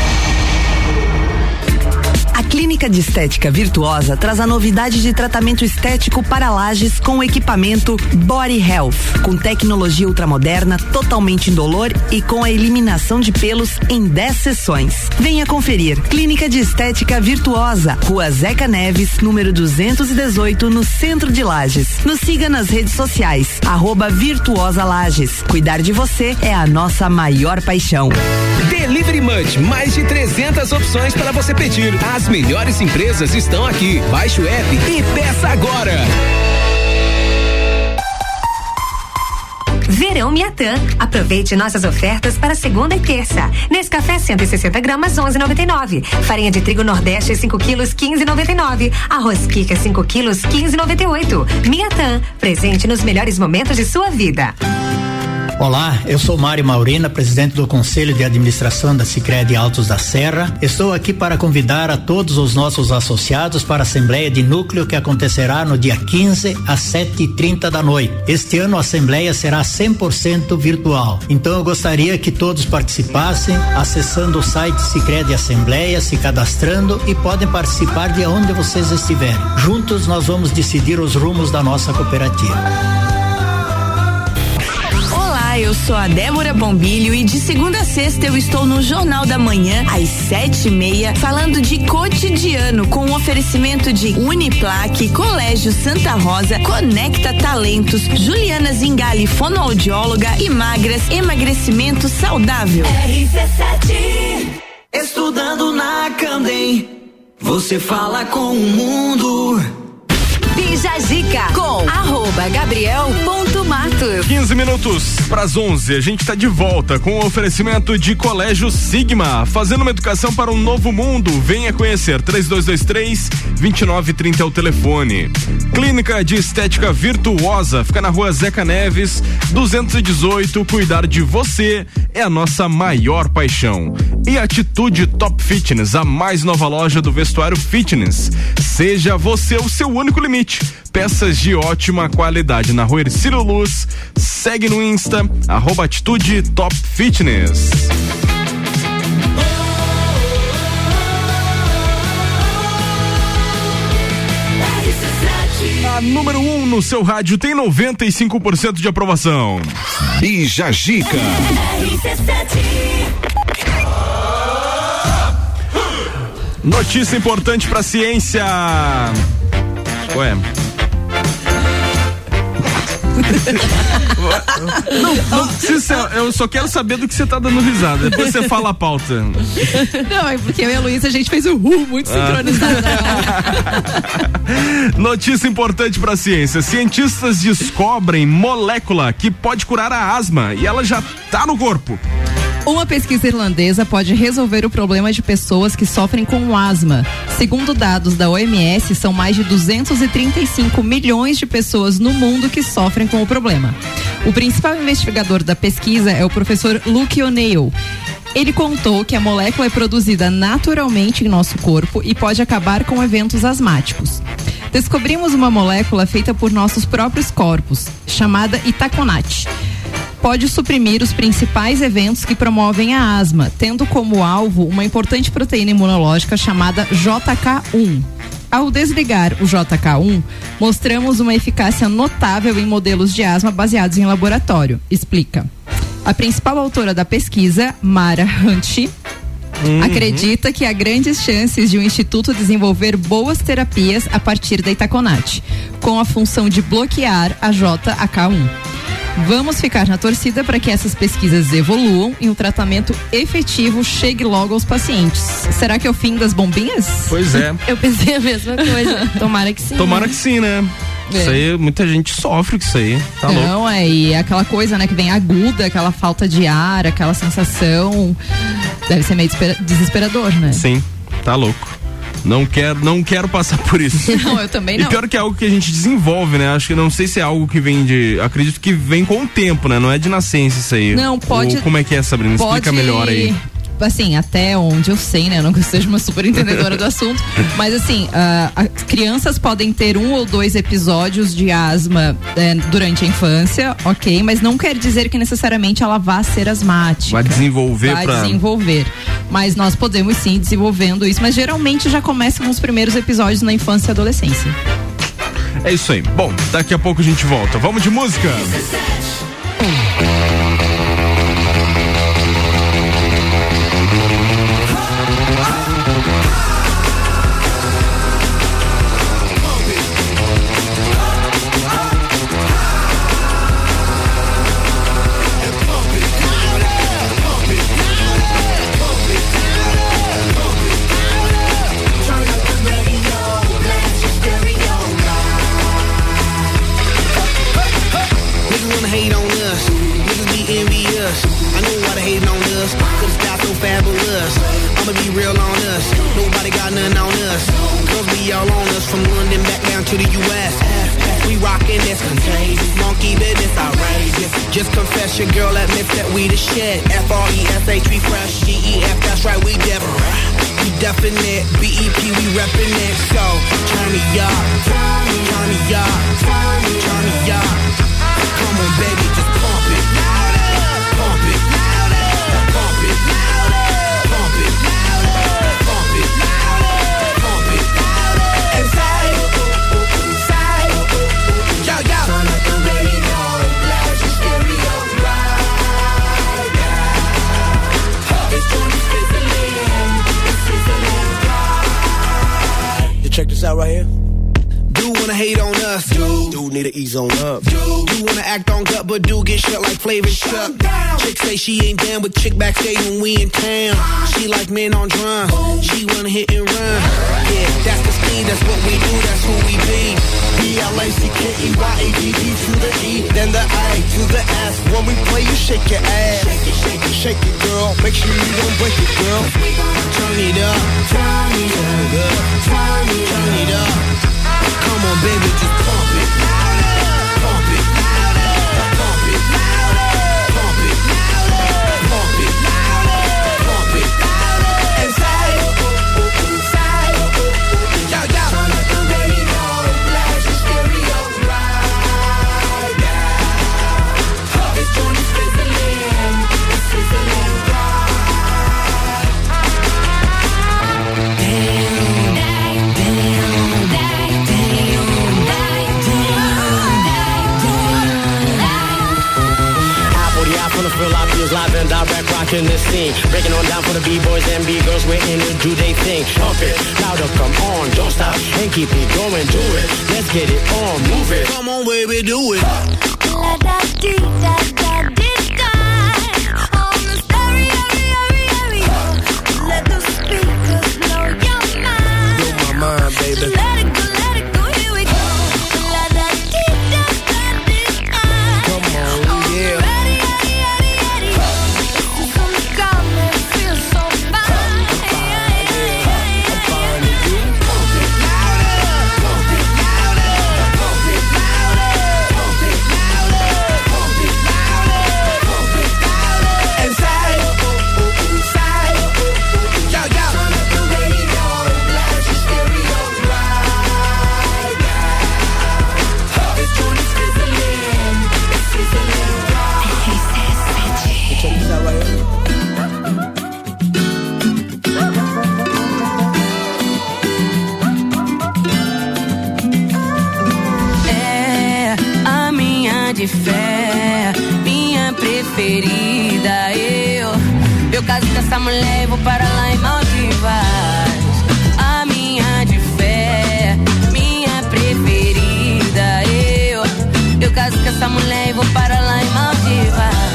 S: A Clínica de Estética Virtuosa traz a novidade de tratamento estético para lajes com o equipamento Body Health, com tecnologia ultramoderna, totalmente indolor e com a eliminação de pelos em 10 sessões. Venha conferir. Clínica de Estética Virtuosa, Rua Zeca Neves, número 218, no centro de Lages. Nos siga nas redes sociais, @Virtuosa Lages. Cuidar de você é a nossa maior paixão.
M: Delivery Munch, mais de 300 opções para você pedir. As melhores empresas estão aqui. Baixe o app e peça agora.
T: Verão Miatã. Aproveite nossas ofertas para segunda e terça. Nescafé 160 gramas, 11,99. Farinha de trigo Nordeste 5 quilos, 15,99. Arroz Kika 5 quilos, 15,98. Miatã, presente nos melhores momentos de sua vida.
U: Olá, eu sou Mário Maurina, presidente do Conselho de Administração da Sicredi Altos da Serra. Estou aqui para convidar a todos os nossos associados para a Assembleia de Núcleo que acontecerá no dia 15 às 7h30 da noite. Este ano a Assembleia será 100% virtual. Então eu gostaria que todos participassem acessando o site Sicredi Assembleia, se cadastrando e podem participar de onde vocês estiverem. Juntos nós vamos decidir os rumos da nossa cooperativa.
R: Eu sou a Débora Bombilho e de segunda a sexta eu estou no Jornal da Manhã às 7h30 falando de cotidiano com um oferecimento de Uniplaque, Colégio Santa Rosa, Conecta Talentos, Juliana Zingali, fonoaudióloga e Magras, emagrecimento saudável.
Q: RC7 estudando na Candem, você fala com o mundo.
J: Bijagica com @Gabriel.Matos.
A: 15 minutos para as 11. A gente está de volta com o oferecimento de Colégio Sigma, fazendo uma educação para um novo mundo. Venha conhecer. 3223-2930 é o telefone. Clínica de Estética Virtuosa fica na Rua Zeca Neves, 218. Cuidar de você é a nossa maior paixão. E Atitude Top Fitness, a mais nova loja do vestuário fitness. Seja você o seu único limite. Peças de ótima qualidade na Rua Ercílio Luz. Segue no Insta, @Atitude Top Fitness. A número 1 no seu rádio tem 95% de aprovação.
B: Bijagica.
A: Notícia importante pra ciência. Ué. Não precisa, eu só quero saber do que você tá dando risada. Depois você fala a pauta.
C: Não, é porque eu e a Luísa a gente fez o muito sincronizado.
A: Notícia importante pra ciência. Cientistas descobrem molécula que pode curar a asma e ela já tá no corpo.
C: Uma pesquisa irlandesa pode resolver o problema de pessoas que sofrem com asma. Segundo dados da OMS, são mais de 235 milhões de pessoas no mundo que sofrem com o problema. O principal investigador da pesquisa é o professor Luke O'Neill. Ele contou que a molécula é produzida naturalmente em nosso corpo e pode acabar com eventos asmáticos. Descobrimos uma molécula feita por nossos próprios corpos, chamada itaconate. Pode suprimir os principais eventos que promovem a asma, tendo como alvo uma importante proteína imunológica chamada JK1. Ao desligar o JK1, mostramos uma eficácia notável em modelos de asma baseados em laboratório, explica. A principal autora da pesquisa, Mara Hunt, acredita que há grandes chances de o Instituto desenvolver boas terapias a partir da itaconate, com a função de bloquear a JK1. Vamos ficar na torcida para que essas pesquisas evoluam e um tratamento efetivo chegue logo aos pacientes. Será que é o fim das bombinhas?
A: Pois é.
D: Eu pensei a mesma coisa. Tomara que sim.
A: Tomara que sim, né? Isso aí, muita gente sofre com isso aí. Tá louco.
C: Não, e aquela coisa, né, que vem aguda, aquela falta de ar, aquela sensação. Deve ser meio desesperador, né?
A: Sim, tá louco. Não quero passar por isso.
C: Não, eu também não.
A: E pior que é algo que a gente desenvolve, né? Acho que não sei se é algo que vem acredito que vem com o tempo, né? Não é de nascença isso aí.
C: Não, pode.
A: Ou como é que é, Sabrina? Explica melhor aí.
C: Assim, até onde eu sei, né? Não que eu seja uma super entendedora do assunto, mas assim, as crianças podem ter 1 ou 2 episódios de asma durante a infância, ok, mas não quer dizer que necessariamente ela vá ser asmática.
A: Vai desenvolver
C: desenvolver. Mas nós podemos sim ir desenvolvendo isso, mas geralmente já começa com os primeiros episódios na infância e adolescência.
A: É isso aí. Bom, daqui a pouco a gente volta. Vamos de música?
G: To the U.S. We rockin' this contagious, monkey business outrageous. Just confess your girl admits that we the shit. F-R-E-S-H, we fresh. G-E-F, that's right, we different. We definite, B-E-P, we reppin' it. So, turn me up, turn me up, turn me up. Come on, baby, just pump it. Pump it. Pump it. Pump it. Pump it. Pump it. And say, turn up the radio, blast your stereo right now. This joint is fizzling, it's fizzling right. You check this out right here. Do wanna hate on us, do need to ease on up. Do wanna act on gut, but do get shut like Flavor Chuck. Chick say she ain't down with chick backstage when we in town. She like men on drum, she wanna hit and run. Yeah, that's the speed, that's what we do, that's who we be. B-L-A-C-K-E-Y-A-D-D to the E, then the A to the S. When we play, you shake your ass. Shake it, shake it, shake it, girl. Make sure you don't break it, girl. Turn it up, turn it up, turn it up. Come on, baby, just pump it. Pump it. Pump it. Pump it. Pump it. Pump it. And say, yo, yo. Turn up the radio, blast your stereo right now. This joint is fizzling, it's fizzling right. Damn.
I: Real life is live and direct, rocking the scene. Breaking on down for the B-boys and B-girls, waiting to do they thing. Pump it, louder, come on, don't stop, and keep it going, do it. Let's get it on, move it. Come on, baby, do it.
H: La da dee da da dee da. On the stereo, let the speakers blow your mind.
I: Blow my mind, baby.
H: Let it go, here we go. La da dee da da dee da.
I: Come on, yeah.
H: Ready. This is some calm that feels so fine.
I: I'm fine with you. Pump it louder, pump it louder, pump it louder, pump it louder, pump it louder, pump it louder. Inside, inside, yo. Turn up the radio, blast your stereo right now. It's Tony sizzling, it's sizzling right. Check this out right here.
V: É a minha de fé, minha preferida. Eu caso com essa mulher e vou para lá em Maldivas. A minha de fé, minha preferida. Eu caso com essa mulher e vou para lá em Maldivas.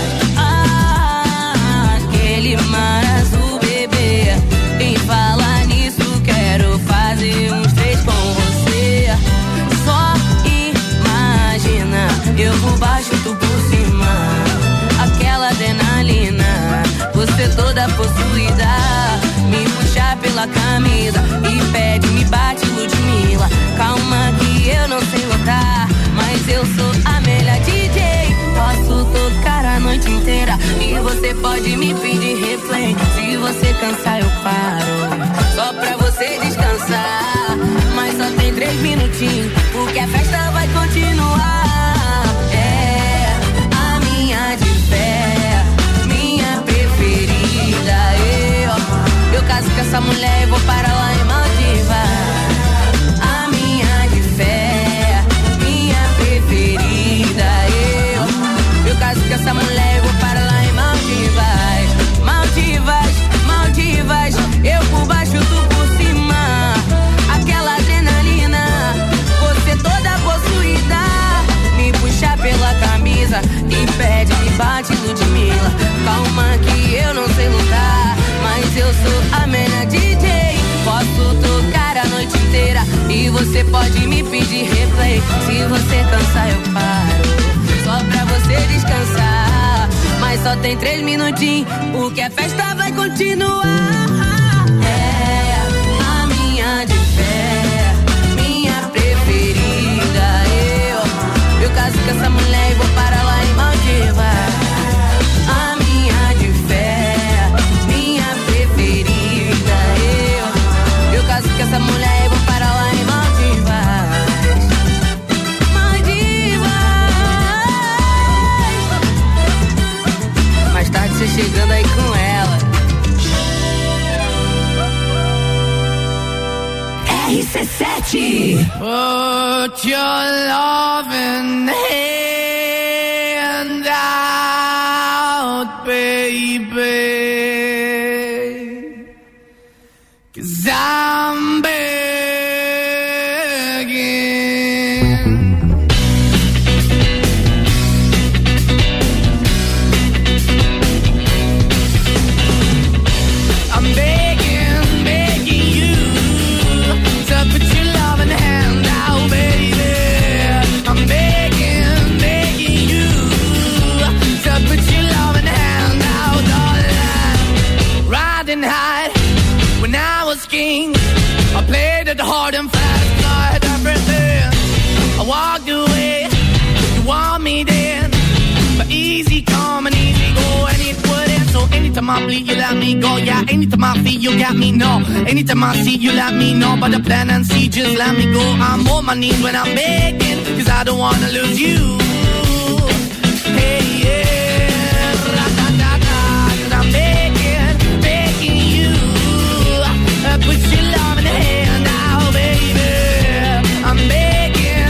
V: Aquele mar azul, bebê. Em falar nisso, quero fazer uns 3 com você. Só imagina, eu por baixo, tu por cima. Aquela adrenalina, você toda possuída. Me puxar pela camisa e pede, me bate, Ludmilla. Calma que eu não sei lutar, mas eu sou a melhor DJ. Posso tocar a noite inteira e você pode me pedir replay. Se você cansar eu paro, só pra você descansar. Mas só tem 3 minutinhos, porque a festa vai continuar. É a minha de fé, minha preferida. Eu caso com essa mulher e vou para lá em Maldivas. A minha de fé, minha preferida. Eu caso com essa mulher e vou para lá em Maldivas. Maldivas, eu por baixo, tu por cima. Aquela adrenalina, você toda possuída. Me puxa pela camisa e pede, me bate, Ludmilla. Calma que eu não sei lutar, mas eu sou a melhor DJ. Posso tocar a noite inteira e você pode me pedir replay. Se você cansar eu paro, só pra você descansar. Mas só tem 3 minutinhos, porque a festa vai continuar. É a minha de fé, minha preferida. Eu caso com essa mulher e vou para lá em Maldivas. A minha de fé, minha preferida. Eu caso com essa mulher e vou para lá em Maldivas. Maldivas. Mais tarde você chegando aí com ela.
H: RC7.
V: Put your loving hand out, baby. 'Cause I'm begging. I'm begging you to put your loving hand out, baby. I'm begging you to put your loving hand out, darling. Riding high when I was king, I played it hard and fast, I had everything. I walked away, you want me then, but easy come and easy go, and it wouldn't. So anytime I bleed, you let me go. Yeah, anytime I feel, you got me, no. Anytime I see, you let me know. But the plan and see, just let me go. I'm on my knees when I'm begging, 'cause I don't wanna lose you. Hey, yeah, ra-da-da-da, 'cause I'm begging you. Put your love in the hand now, baby. I'm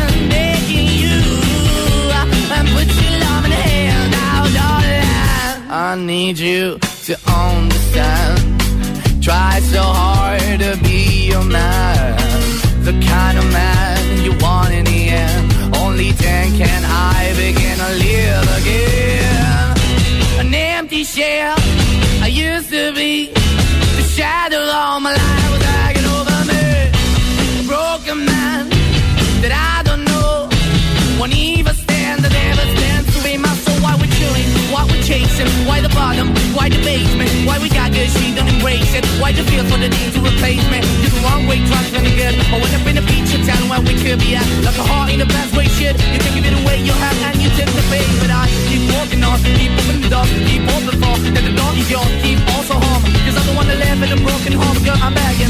V: begging you. Put your love in the hand now, darling.
K: I need you to understand. Try so hard to be your man, the kind of man you want in the end. Only then can I begin to live again. An empty shell I used to be, the shadow all my life was dragging over me. A broken man that I don't know won't even stand, that ever stands to be my soul. Why we're chilling, why we're chasing, why the bottom, why the basement, why we got good, she don't embrace it, why the feel for the need to replace me. You're the wrong way, trying to be good, I went up in a feature town where we could be at, like a heart in a best way, shit. You can give it away, you have, and you take the bait, but I keep walking on, keep opening the door, keep open for, that the door is yours, keep also home, cause I'm the one that live in a broken home, girl, I'm begging.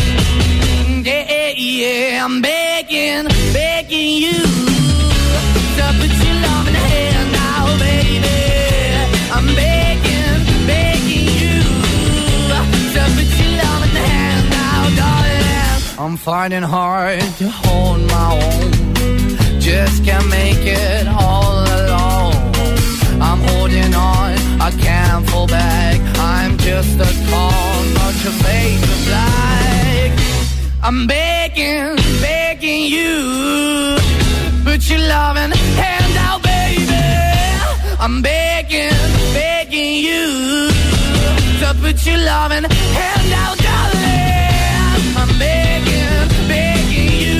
K: Yeah, yeah, I'm begging, begging you to put your love in the hand now, baby. I'm begging, begging you to put your love in the hand now, darling. I'm finding hard to hold my own, just can't make it all alone. I'm holding on, I can't fall back, I'm just a call, not your face of black. I'm begging, begging you, put your loving hand out, baby. I'm begging, begging you, to put your loving hand out, darling. I'm begging, begging you,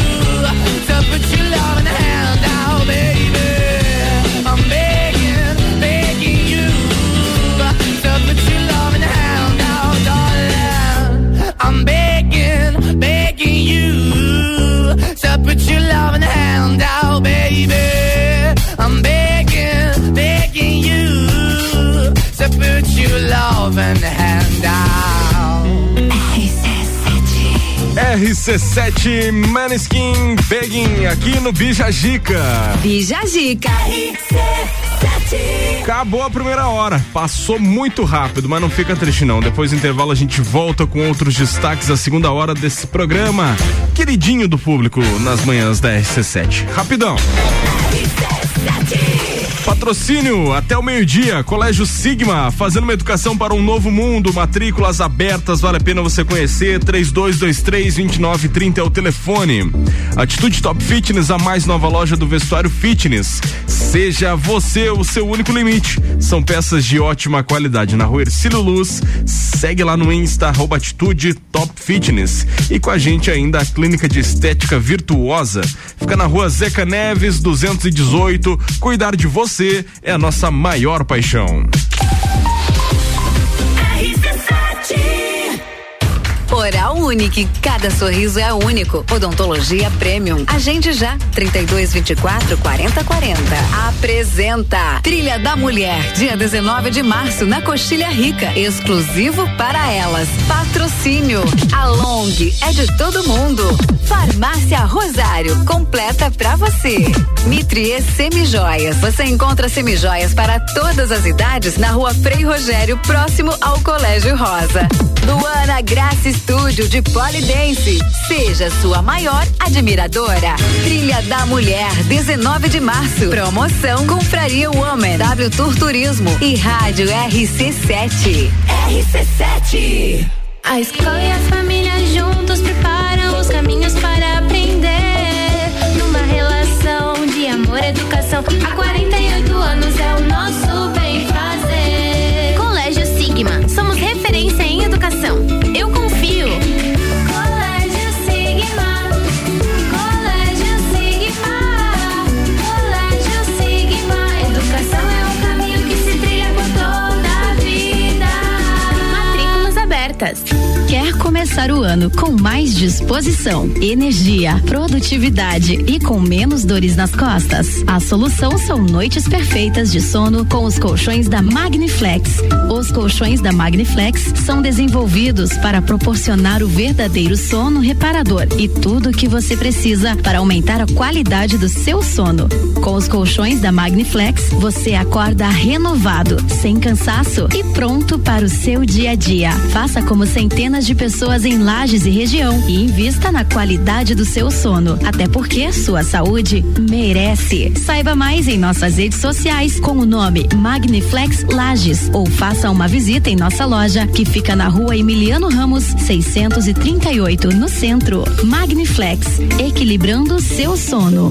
K: to put your loving hand out, baby. I'm begging, begging you, to put your loving hand out, darling. I'm begging, begging you, to put your loving hand out, baby. I'm begging, begging you, to put your loving hand out.
A: RC7 Maneskin Begging aqui no Bijagica.
J: Bijagica.
A: Acabou a primeira hora, passou muito rápido, mas não fica triste não. Depois do intervalo a gente volta com outros destaques da segunda hora desse programa queridinho do público nas manhãs da RC7. Rapidão. Patrocínio até o meio-dia, Colégio Sigma, fazendo uma educação para um novo mundo, matrículas abertas, vale a pena você conhecer, 3223-2930 é o telefone. Atitude Top Fitness, a mais nova loja do vestuário fitness. Seja você o seu único limite. São peças de ótima qualidade na Rua Ercílio Luz. Segue lá no Insta, @Atitude Top Fitness. E com a gente ainda a Clínica de Estética Virtuosa. Fica na Rua Zeca Neves, 218. Cuidar de você é a nossa maior paixão.
J: Oral Unique, cada sorriso é único. Odontologia Premium. Agende já, 3224-4040. Apresenta Trilha da Mulher, dia 19 de março, na Coxilha Rica, exclusivo para elas. Patrocínio, a Long é de todo mundo. Farmácia Rosário, completa pra você. Mitrie Semijoias, você encontra semijoias para todas as idades na Rua Frei Rogério, próximo ao Colégio Rosa. Luana Graça Estúdio de Polidense, seja sua maior admiradora. Trilha da Mulher, 19 de março, promoção Confraria Woman, W Tour Turismo e Rádio RC7. RC7.
L: A escola e a família juntos preparam os caminhos para aprender. Numa relação de amor e educação, há 48 anos é o nosso bem fazer. Colégio Sigma, somos referência em educação. Eu confio. Colégio Sigma, Colégio Sigma, Colégio Sigma. Educação é um caminho que se trilha por toda a vida. Matrículas abertas.
W: Quer começar o ano com mais disposição, energia, produtividade e com menos dores nas costas? A solução são noites perfeitas de sono com os colchões da Magniflex. Os colchões da Magniflex são desenvolvidos para proporcionar o verdadeiro sono reparador e tudo o que você precisa para aumentar a qualidade do seu sono. Com os colchões da Magniflex, você acorda renovado, sem cansaço e pronto para o seu dia a dia. Faça como centenas de pessoas em Lages e região e invista na qualidade do seu sono, até porque sua saúde merece. Saiba mais em nossas redes sociais com o nome Magniflex Lages ou faça uma visita em nossa loja que fica na Rua Emiliano Ramos 638 no centro. Magniflex, equilibrando seu sono.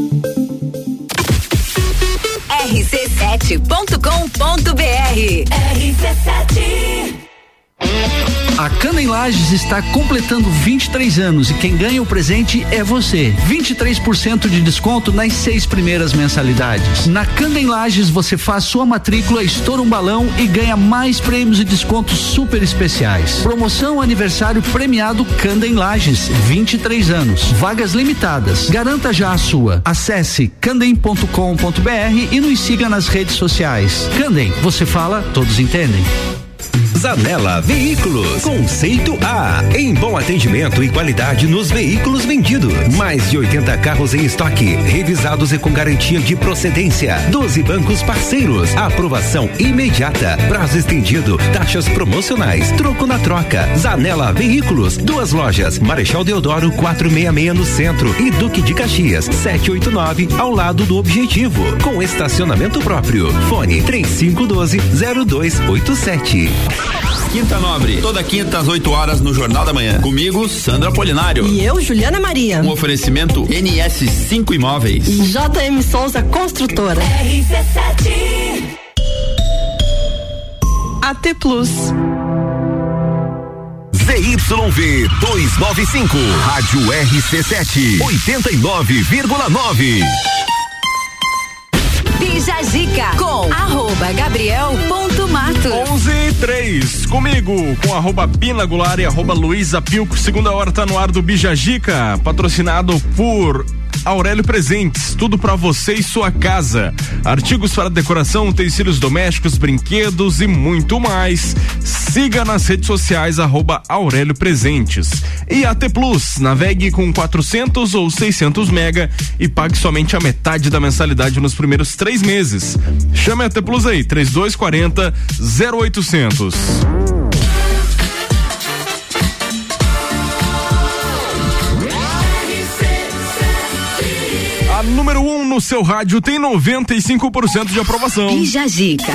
J: rc7.com.br RC7.
N: A Canda em Lages está completando 23 anos e quem ganha o presente é você. 23% de desconto nas 6 primeiras mensalidades. Na Canda em Lages você faz sua matrícula, estoura um balão e ganha mais prêmios e descontos super especiais. Promoção aniversário premiado Canda em Lages, 23 anos. Vagas limitadas. Garanta já a sua. Acesse candem.com.br e nos siga nas redes sociais. Candem, você fala, todos entendem.
O: Zanela Veículos, conceito A, em bom atendimento e qualidade nos veículos vendidos. Mais de 80 carros em estoque, revisados e com garantia de procedência. 12 bancos parceiros, aprovação imediata, prazo estendido, taxas promocionais, troco na troca. Zanela Veículos, 2 lojas, Marechal Deodoro 466 no centro e Duque de Caxias 789 ao lado do Objetivo, com estacionamento próprio. Fone 3512-0287.
P: Quinta Nobre, toda quinta às 8 horas no Jornal da Manhã. Comigo, Sandra Apolinário.
X: E eu, Juliana Maria.
P: Um oferecimento NS5 Imóveis.
X: E JM Souza Construtora.
J: RC7.
R: AT Plus.
O: ZYV 295, Rádio RC7, 89,9.
J: Bija Zica com @Gabriel.Mato.
A: 11:03 comigo com @Bina Goulart e @Luísa Pilco. Segunda hora tá no ar do Bija Zica, patrocinado por Aurélio Presentes, tudo pra você e sua casa. Artigos para decoração, utensílios domésticos, brinquedos e muito mais. Siga nas redes sociais @Aurélio Presentes. E AT Plus, navegue com 400 ou 600 mega e pague somente a metade da mensalidade nos primeiros 3 meses. Chame a AT Plus aí, 3240-0800. A número 1 no seu rádio tem 95% de aprovação.
J: Bija Zica.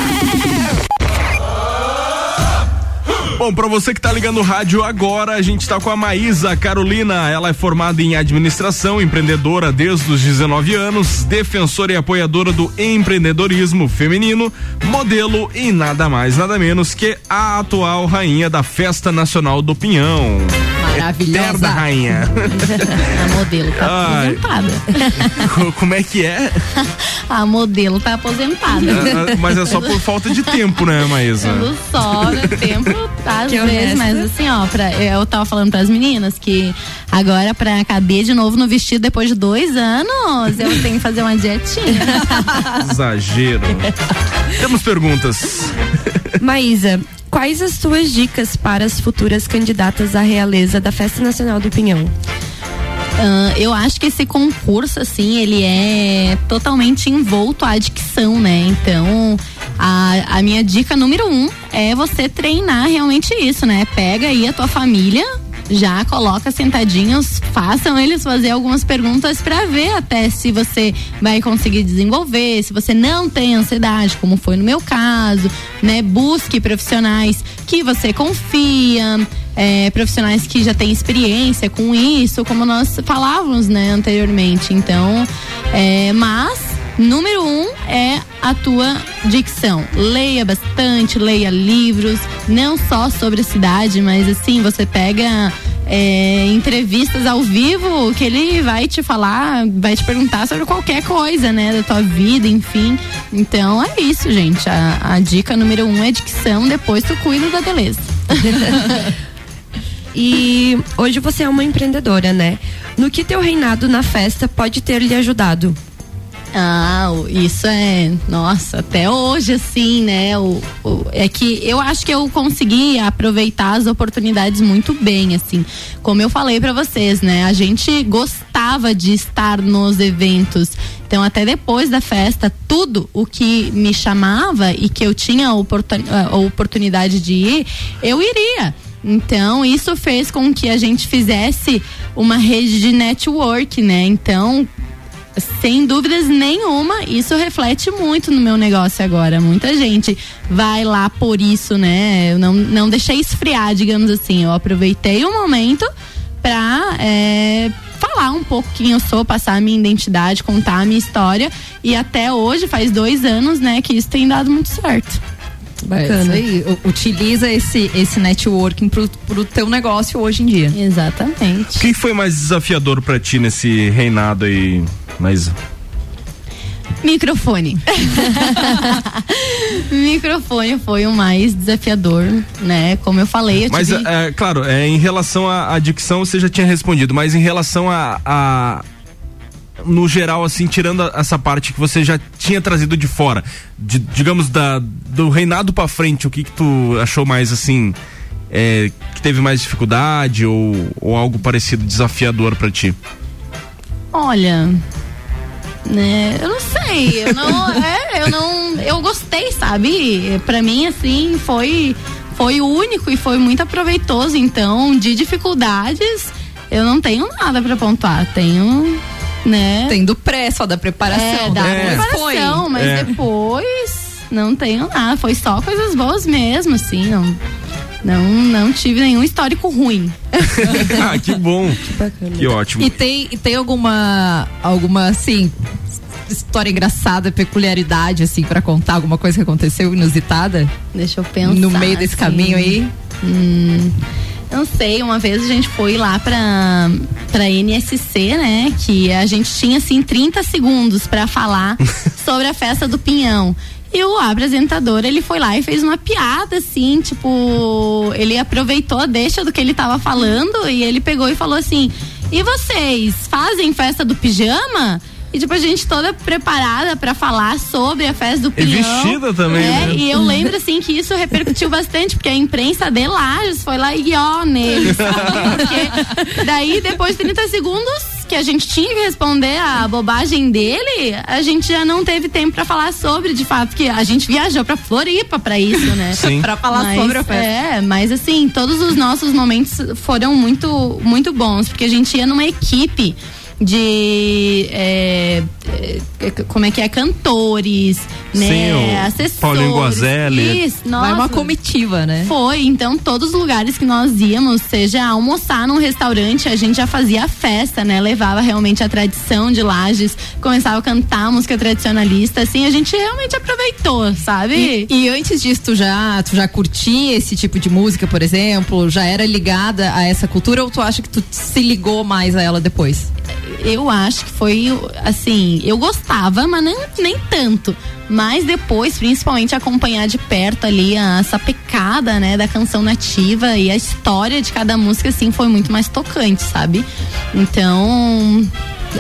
A: Bom, pra você que tá ligando o rádio agora, a gente tá com a Maísa Carolina. Ela é formada em administração, empreendedora desde os 19 anos, defensora e apoiadora do empreendedorismo feminino, modelo e nada mais, nada menos que a atual rainha da Festa Nacional do Pinhão.
C: Maravilhosa.
A: Eterna rainha.
C: A modelo tá aposentada.
A: Como é que é?
C: A modelo tá aposentada.
A: Mas é só por falta de tempo, né, Maísa?
C: Quando sobra tempo, às vezes, mas assim, ó, eu tava falando pras meninas que agora pra caber de novo no vestido depois de 2 anos, eu tenho que fazer uma dietinha.
A: Exagero. Temos perguntas.
D: Maísa, quais as suas dicas para as futuras candidatas à realeza da Festa Nacional do Pinhão?
C: Eu acho que esse concurso, assim, ele é totalmente envolto à dicção, né? Então, a minha dica número 1 é você treinar realmente isso, né? Pega aí a tua família, já coloca sentadinhos, façam eles fazer algumas perguntas pra ver até se você vai conseguir desenvolver, se você não tem ansiedade, como foi no meu caso, né? Busque profissionais que você confia, profissionais que já têm experiência com isso, como nós falávamos, né, anteriormente. Então, mas número 1 é a tua dicção. Leia bastante, leia livros, não só sobre a cidade, mas assim, você pega entrevistas ao vivo que ele vai te falar, vai te perguntar sobre qualquer coisa, né, da tua vida, enfim. Então é isso, gente. A dica número 1 é dicção, depois tu cuida da beleza.
D: E hoje você é uma empreendedora, né? No que teu reinado na festa pode ter lhe ajudado?
C: Isso nossa, até hoje, assim, né? É que eu acho que eu consegui aproveitar as oportunidades muito bem, assim. Como eu falei pra vocês, né? A gente gostava de estar nos eventos. Então, até depois da festa, tudo o que me chamava e que eu tinha a oportunidade de ir, eu iria. Então, isso fez com que a gente fizesse uma rede de network, né? Então, sem dúvidas nenhuma, isso reflete muito no meu negócio agora. Muita gente vai lá por isso, né? Eu não deixei esfriar, digamos assim. Eu aproveitei o momento pra falar um pouco quem eu sou, passar a minha identidade, contar a minha história. E até hoje, faz 2 anos, né, que isso tem dado muito certo.
E: Bacana. Aí, utiliza esse networking pro teu negócio hoje em dia.
C: Exatamente.
A: O que foi mais desafiador pra ti nesse reinado aí, Maísa?
C: Microfone. Microfone foi o mais desafiador, né? Como eu falei,
A: Mas, claro, em relação à dicção você já tinha respondido, mas em relação a no geral, assim, tirando essa parte que você já tinha trazido de fora, digamos, do reinado pra frente, o que tu achou mais, assim, que teve mais dificuldade ou algo parecido, desafiador pra ti?
C: Olha, né, eu não sei, eu gostei, sabe? Pra mim, assim, foi único e foi muito aproveitoso. Então, de dificuldades, eu não tenho nada pra pontuar, tenho, né?
E: Tem do pré, só da preparação.
C: Preparação, mas depois não tenho nada, foi só coisas boas mesmo, assim, não tive nenhum histórico ruim.
A: Ah, que bom. Que bacana. Que ótimo.
E: E tem alguma assim, história engraçada, peculiaridade assim pra contar, alguma coisa que aconteceu inusitada?
C: Deixa eu pensar.
E: No meio desse caminho aí?
C: Não sei, uma vez a gente foi lá pra NSC, né? Que a gente tinha assim 30 segundos pra falar sobre a festa do Pinhão. E o apresentador, ele foi lá e fez uma piada, assim, tipo, ele aproveitou a deixa do que ele tava falando e ele pegou e falou assim: e vocês fazem festa do pijama? E tipo, a gente toda preparada pra falar sobre a festa do Pinhão.
A: E vestida também, né?
C: E eu lembro, assim, que isso repercutiu bastante, porque a imprensa de Lages foi lá e ó nele, sabe? Porque daí, depois de 30 segundos que a gente tinha que responder a bobagem dele, a gente já não teve tempo pra falar sobre, de fato, porque a gente viajou pra Floripa pra isso, né?
A: Sim.
E: Pra falar sobre a festa.
C: Mas assim, todos os nossos momentos foram muito, muito bons, porque a gente ia numa equipe de como é que é, cantores, né,
A: sim,
C: assessores,
A: Paulinho Guazelli.
C: Isso, nossa,
E: vai uma comitiva, né?
C: Foi, então todos os lugares que nós íamos, seja almoçar num restaurante, a gente já fazia festa, né, levava realmente a tradição de Lages, começava a cantar música tradicionalista, assim, a gente realmente aproveitou, sabe?
E: E antes disso, tu já curtia esse tipo de música, por exemplo, já era ligada a essa cultura, ou tu acha que tu se ligou mais a ela depois?
C: Eu acho que foi, assim, eu gostava, mas nem tanto. Mas depois, principalmente, acompanhar de perto ali essa pecada, né, da canção nativa e a história de cada música, assim, foi muito mais tocante, sabe? Então,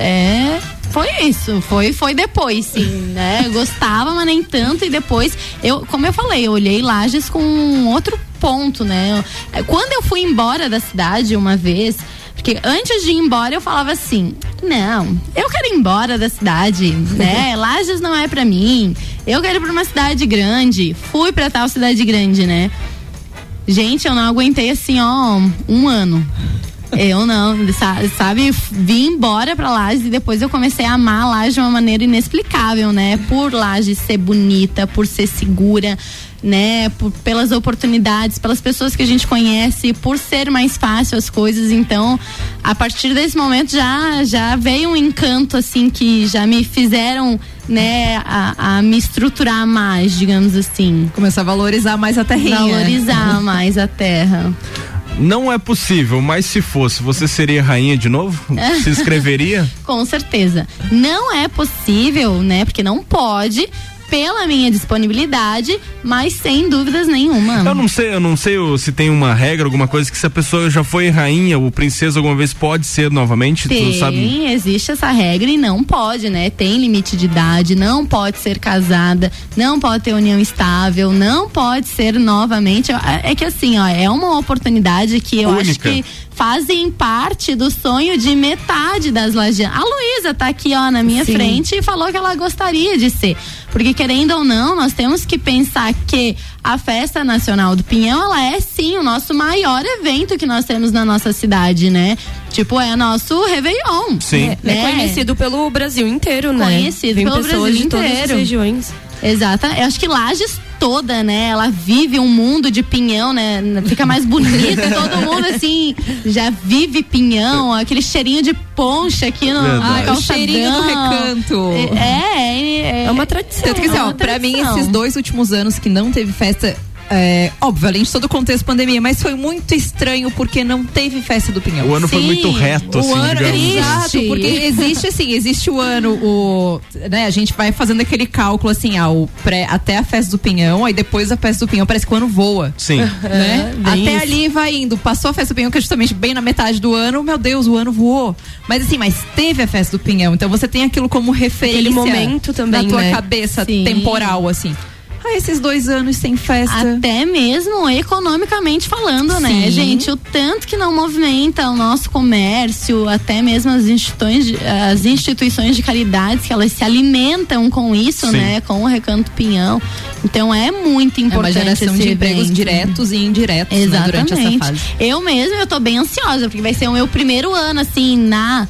C: foi isso, foi depois, sim, né? Eu gostava, mas nem tanto, e depois, como eu falei, eu olhei Lages com outro ponto, né? Quando eu fui embora da cidade uma vez, porque antes de ir embora eu falava assim: não, eu quero ir embora da cidade, né? Lages não é pra mim, eu quero ir pra uma cidade grande. Fui pra tal cidade grande, né? Gente, eu não aguentei assim, ó, 1 ano. Eu não, sabe, vim embora pra Lages e depois eu comecei a amar Lages de uma maneira inexplicável, né? Por Lages ser bonita, por ser segura, né? Pelas oportunidades, pelas pessoas que a gente conhece, por ser mais fácil as coisas. Então, a partir desse momento já veio um encanto, assim, que já me fizeram, né, a me estruturar mais, digamos assim.
E: Começar a valorizar mais a terrinha.
C: Valorizar mais a terra.
A: Não é possível, mas se fosse, você seria rainha de novo? Se inscreveria?
C: Com certeza. Não é possível, né? Porque não pode, pela minha disponibilidade, mas sem dúvidas nenhuma.
A: Eu não sei se tem uma regra, alguma coisa que se a pessoa já foi rainha ou princesa alguma vez, pode ser novamente?
C: Tem,
A: tu sabe?
C: Existe essa regra e não pode, né? Tem limite de idade, não pode ser casada, não pode ter união estável, não pode ser novamente. É que assim, ó, é uma oportunidade que eu acho que fazem parte do sonho de metade das lagianas. A Luísa tá aqui, ó, na minha frente e falou que ela gostaria de ser. Porque
E: querendo ou não, nós temos que pensar que a Festa Nacional do Pinhão, ela é sim o nosso maior evento que nós temos na nossa cidade, né? Tipo, é nosso Réveillon.
A: Sim.
D: É conhecido pelo Brasil inteiro, né?
E: Conhecido
D: Vem
E: pelo
D: pessoas
E: Brasil
D: de todas
E: inteiro.
D: as regiões.
E: Exato. Eu acho que Lages toda, né? Ela vive um mundo de pinhão, né? Fica mais bonita, todo mundo assim já vive pinhão, aquele cheirinho de poncha aqui no calçadão.
C: O cheirinho do recanto.
E: É
D: uma tradição.
C: Tanto que, assim, pra mim, esses 2 últimos anos que não teve festa, óbvio, além de todo o contexto pandemia, mas foi muito estranho porque não teve festa do Pinhão.
A: O ano foi muito reto, assim, digamos.
C: Exato, porque existe o ano, né, a gente vai fazendo aquele cálculo assim, até a festa do Pinhão, aí depois da festa do Pinhão parece que o ano voa.
A: Sim.
C: Né? Até isso. Ali vai indo, passou a festa do Pinhão, que é justamente bem na metade do ano, meu Deus, o ano voou. Mas assim, teve a festa do Pinhão, então você tem aquilo como referência.
D: Aquele momento também,
C: na tua
D: né?
C: cabeça
E: Sim.
C: temporal, assim. Esses 2 anos sem festa.
E: Até mesmo economicamente falando, né,
C: Sim.
E: gente? O tanto que não movimenta o nosso comércio, até mesmo as instituições de caridades, que elas se alimentam com isso,
C: Sim.
E: né? Com o Recanto Pinhão. Então é muito importante.
C: É uma geração
E: esse
C: de empregos
E: evento.
C: diretos e indiretos, né, durante essa fase.
E: Eu tô bem ansiosa, porque vai ser o meu primeiro ano, assim, na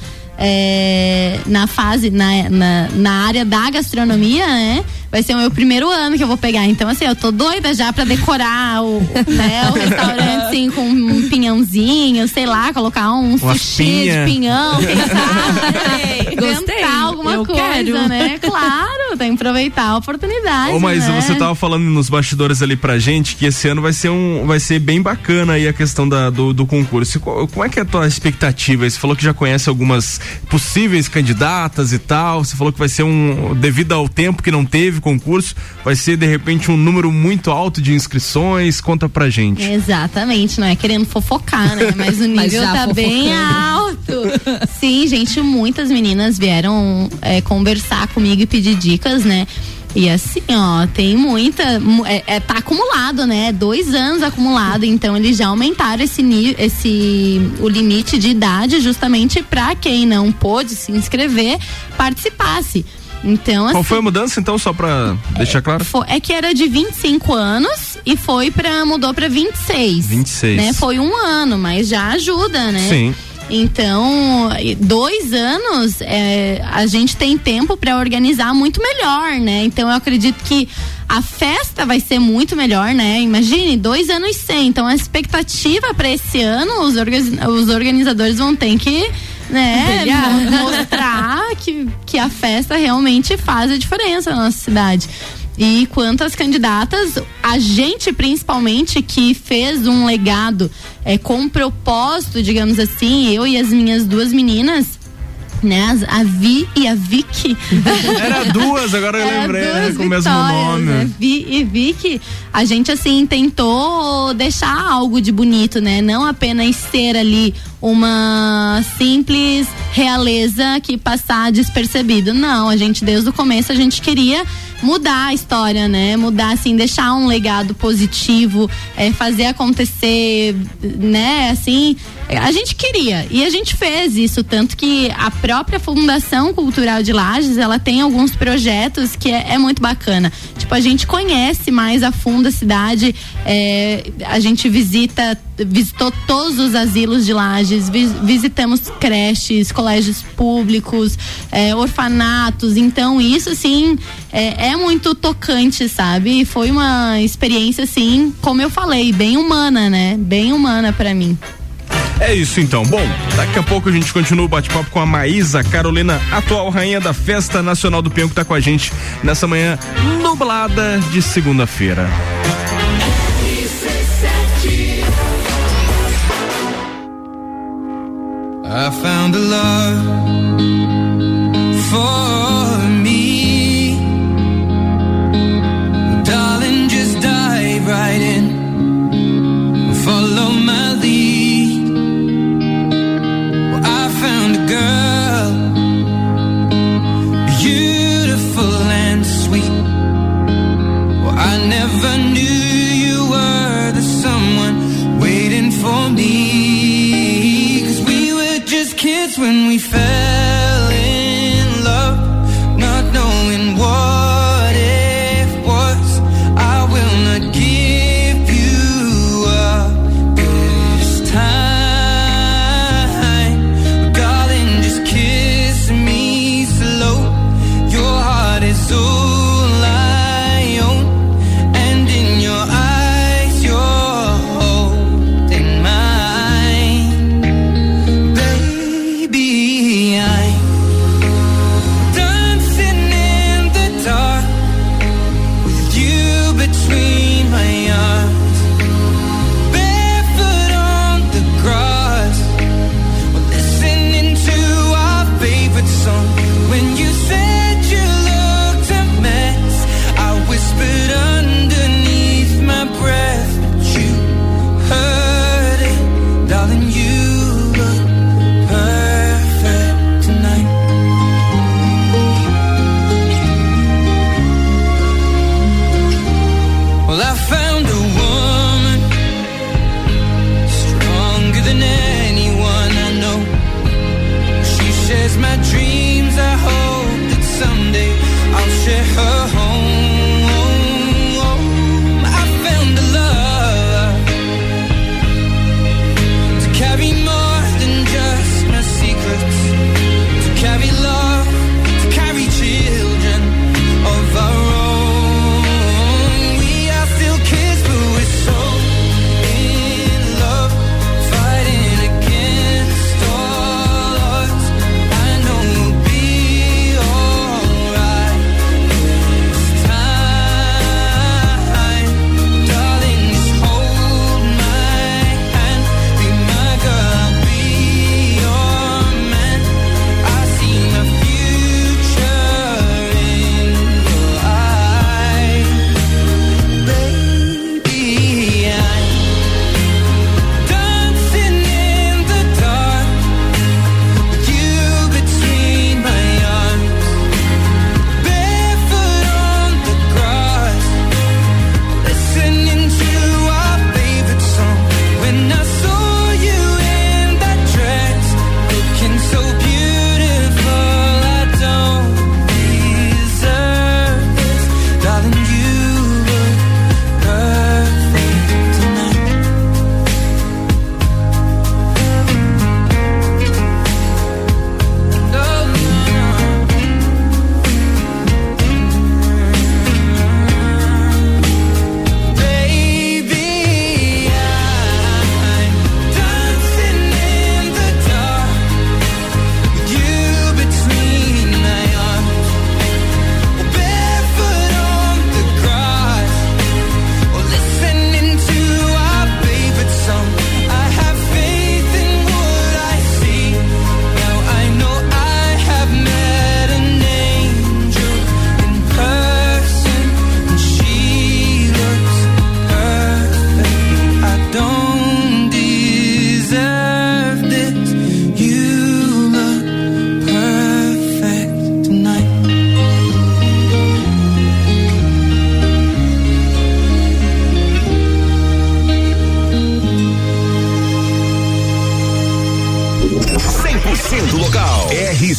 E: fase, na área da gastronomia, né? Vai ser o meu primeiro ano que eu vou pegar. Então, assim, eu tô doida já pra decorar o restaurante, assim, com um pinhãozinho, sei lá, colocar um sushi de pinhão, quem sabe? Inventar alguma coisa, né? Claro, tem que aproveitar a oportunidade.
A: Mas
E: né?
A: você tava falando nos bastidores ali pra gente que esse ano vai ser bem bacana aí a questão do concurso. Como é que é a tua expectativa? Você falou que já conhece algumas possíveis candidatas e tal. Você falou que vai ser devido ao tempo que não teve concurso, vai ser de repente um número muito alto de inscrições. Conta pra gente.
E: Exatamente, não é querendo fofocar, né? Mas o nível tá bem alto. Sim, gente, muitas meninas vieram conversar comigo e pedir dicas, né? E assim, tem muita. Tá acumulado, né? 2 anos acumulado, então eles já aumentaram o limite de idade justamente pra quem não pôde se inscrever, participasse. Então, assim,
A: qual foi a mudança, então, só pra deixar claro?
E: É que era de 25 anos e mudou pra 26.
A: 26.
E: Né? Foi 1 ano, mas já ajuda, né?
A: Sim.
E: Então, 2 anos, a gente tem tempo pra organizar muito melhor, né? Então, eu acredito que a festa vai ser muito melhor, né? Imagine, 2 anos sem. Então, a expectativa pra esse ano, os organizadores vão ter que, né, mostrar que a festa realmente faz a diferença na nossa cidade. E quantas candidatas, a gente principalmente que fez um legado com propósito, digamos assim, eu e as minhas 2 meninas, né, a Vi e a Vicky.
A: Era 2, agora eu lembrei, né, com o mesmo nome.
E: Né? Vi e Vicky, a gente assim tentou deixar algo de bonito, né? Não apenas ser ali uma simples realeza que passar despercebido. Não, a gente desde o começo a gente queria mudar a história, né? Mudar, assim, deixar um legado positivo, fazer acontecer, né? Assim, a gente queria e a gente fez isso, tanto que a própria Fundação Cultural de Lages, ela tem alguns projetos que é muito bacana. Tipo, a gente conhece mais a fundo a cidade, a gente visitou todos os asilos de Lages, visitamos creches, colégios públicos, orfanatos, então isso, assim, é muito tocante, sabe? Foi uma experiência, assim, como eu falei, bem humana, né? Bem humana pra mim.
A: É isso então. Bom, daqui a pouco a gente continua o bate-papo com a Maísa Carolina, atual rainha da Festa Nacional do Pinhão, que tá com a gente nessa manhã nublada de segunda-feira.
I: I found a love for me. Darling, just dive right in. Follow my lead. Well, I found a girl, beautiful and sweet. Well, I never knew you were the someone waiting for me. Kids when we fell in love, not knowing what it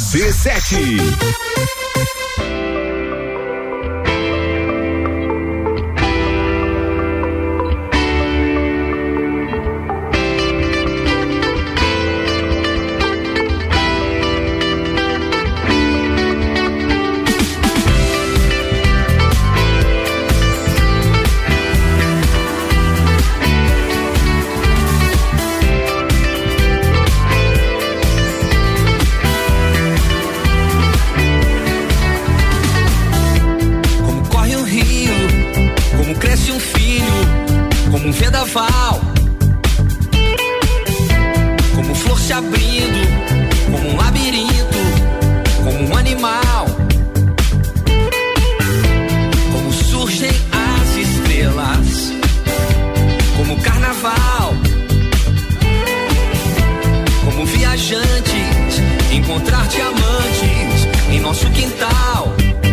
B: RC7.
F: Como flor se abrindo, como um labirinto, como um animal. Como surgem as estrelas, como carnaval. Como viajantes, encontrar diamantes em nosso quintal.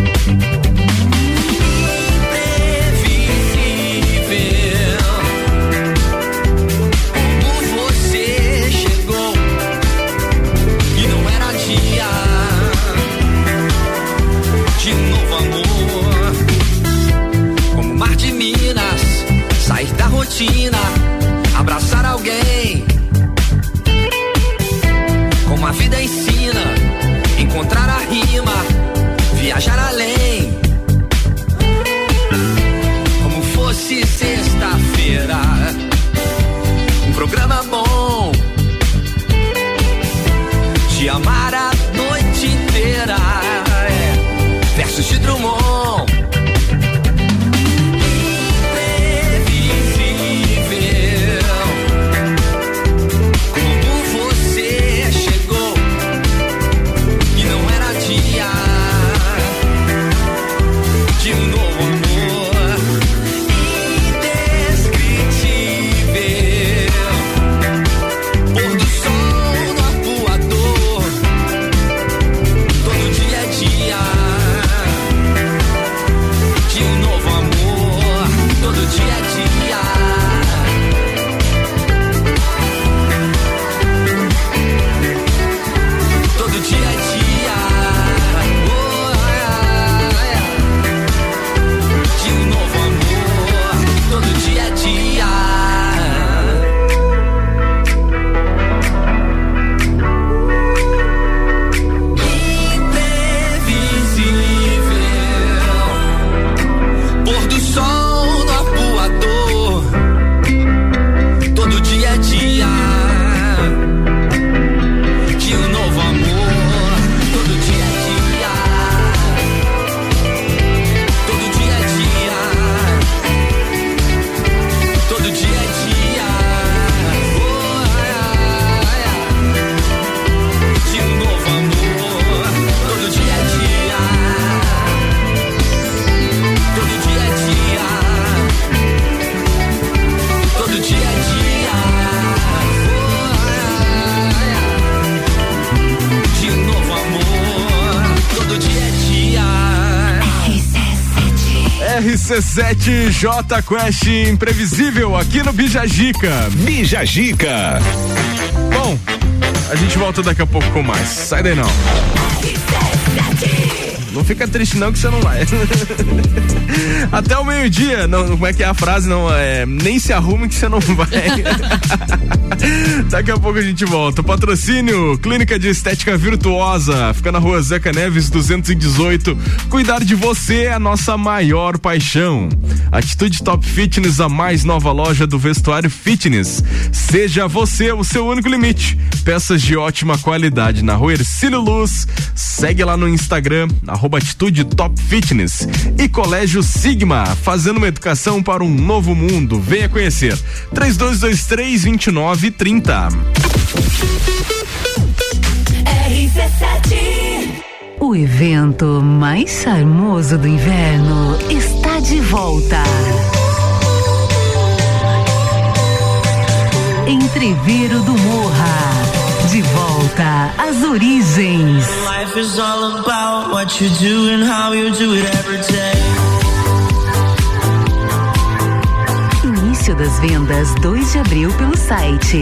F: De novo amor, como mar de Minas, sair da rotina, abraçar alguém, como a vida ensina, encontrar a rima, viajar além, como fosse sexta-feira, um programa bom, te amar a noite inteira. Versos de Drummond. Imprevisível. Como você chegou e não era dia de um novo amor. Indescritível. Pôr do sol no arpoador. Todo dia é dia de um novo amor, todo dia é dia. Todo dia é dia. De um novo amor, todo dia é dia. Pôr do sol no arpoador, todo dia é dia de um novo amor, todo dia é dia, todo dia é dia, todo dia é dia, de um novo amor, todo dia é dia. Todo dia é dia, todo dia é dia, de um novo amor, todo dia é dia.
A: RC7 J Quest Imprevisível aqui no Bijagica.
B: Bijagica.
A: Bom, a gente volta daqui a pouco com mais. Sai daí não. Não fica triste não que você não vai. Até o meio-dia, não, como é que é a frase? Não, nem se arrume que você não vai. Daqui a pouco a gente volta. Patrocínio Clínica de Estética Virtuosa, fica na rua Zeca Neves 218. Cuidar de você é a nossa maior paixão. Atitude Top Fitness, a mais nova loja do vestuário fitness. Seja você o seu único limite. Peças de ótima qualidade na rua Ercílio Luz. Segue lá no Instagram, @Atitude Top Fitness. E Colégio Sigma, fazendo uma educação para um novo mundo. Venha conhecer. 3223-2930.
J: RC7. O evento mais charmoso do inverno está de volta. Entreveiro do Morra. De volta às origens.
I: Life is all about what you do and how you do it every day.
J: Início
M: das vendas 2 de abril pelo site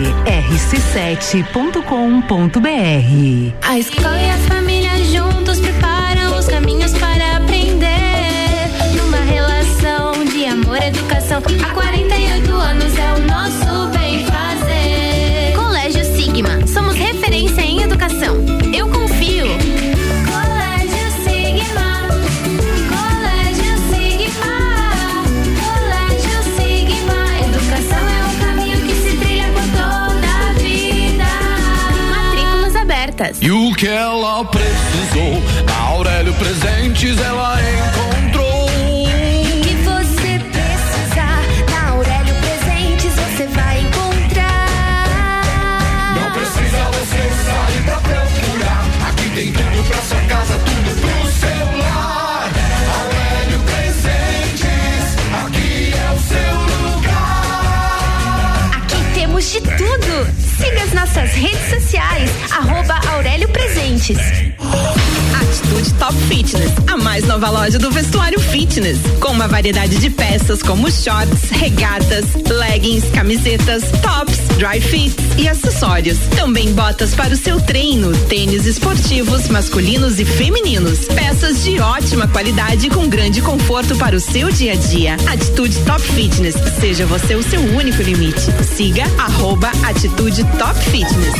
M: rc7.com.br.
L: A escola e a família juntos preparam os caminhos para aprender. Numa relação de amor e educação, há 48 anos é o nosso bem fazer.
E: Colégio Sigma, somos referência em educação. Eu confio.
L: Colégio Sigma, Colégio Sigma, Colégio Sigma. Educação é um caminho que se trilha por toda a vida.
E: Matrículas abertas.
K: E o que ela precisou, na Aurélio Presentes ela encontrou.
L: O que você precisar, na Aurélio Presentes você vai encontrar.
K: Não precisa você sair pra procurar. Aqui tem tudo pra sua casa, tudo pro seu lar. Aurélio Presentes, aqui é o seu lugar.
E: Aqui temos de tudo. Siga as nossas redes sociais, @Aurélio Presentes.
R: Atitude Top Fitness, a mais nova loja do vestuário fitness, com uma variedade de peças como shorts, regatas, leggings, camisetas, tops, dry fits e acessórios. Também botas para o seu treino, tênis esportivos masculinos e femininos, peças de ótima qualidade com grande conforto para o seu dia a dia. Atitude Top Fitness, seja você o seu único limite. Siga @Atitude Top Fitness.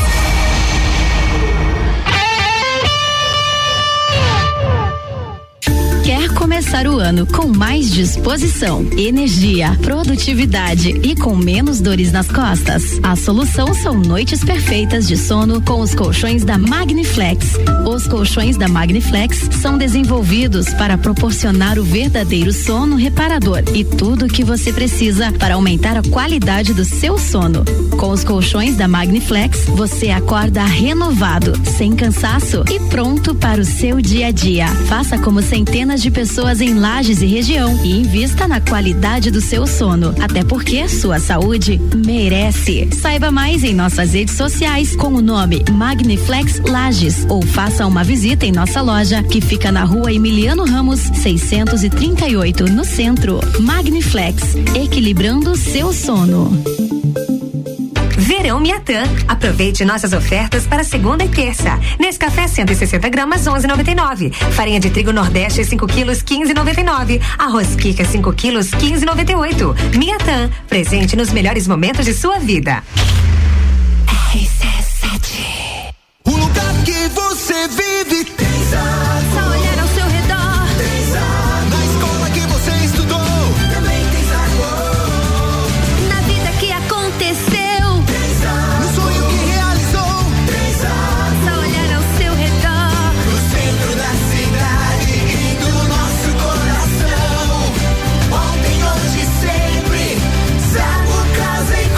W: Quer começar o ano com mais disposição, energia, produtividade e com menos dores nas costas? A solução são noites perfeitas de sono com os colchões da Magniflex. Os colchões da Magniflex são desenvolvidos para proporcionar o verdadeiro sono reparador e tudo o que você precisa para aumentar a qualidade do seu sono. Com os colchões da Magniflex, você acorda renovado, sem cansaço e pronto para o seu dia a dia. Faça como centenas de pessoas em Lages e região e invista na qualidade do seu sono, até porque sua saúde merece. Saiba mais em nossas redes sociais com o nome Magniflex Lages ou faça uma visita em nossa loja que fica na Rua Emiliano Ramos 638 no centro. Magniflex, equilibrando seu sono.
S: Verão Miatã. Aproveite nossas ofertas para segunda e terça. Nescafé 160 gramas 11,99. Farinha de trigo Nordeste 5 quilos 15,99. Arroz Kika 5 quilos 15,98. Miatã. Presente nos melhores momentos de sua vida.
Q: RC7. O lugar que você vive tem
E: Só olhar ao seu redor.
Q: Na escola que você estudou também tem sabor.
E: Na vida que aconteceu.
Q: No sonho que realizou
E: Só olhar ao seu redor.
Q: no centro da cidade e do nosso coração. Ontem, hoje, sempre. Zago Casa em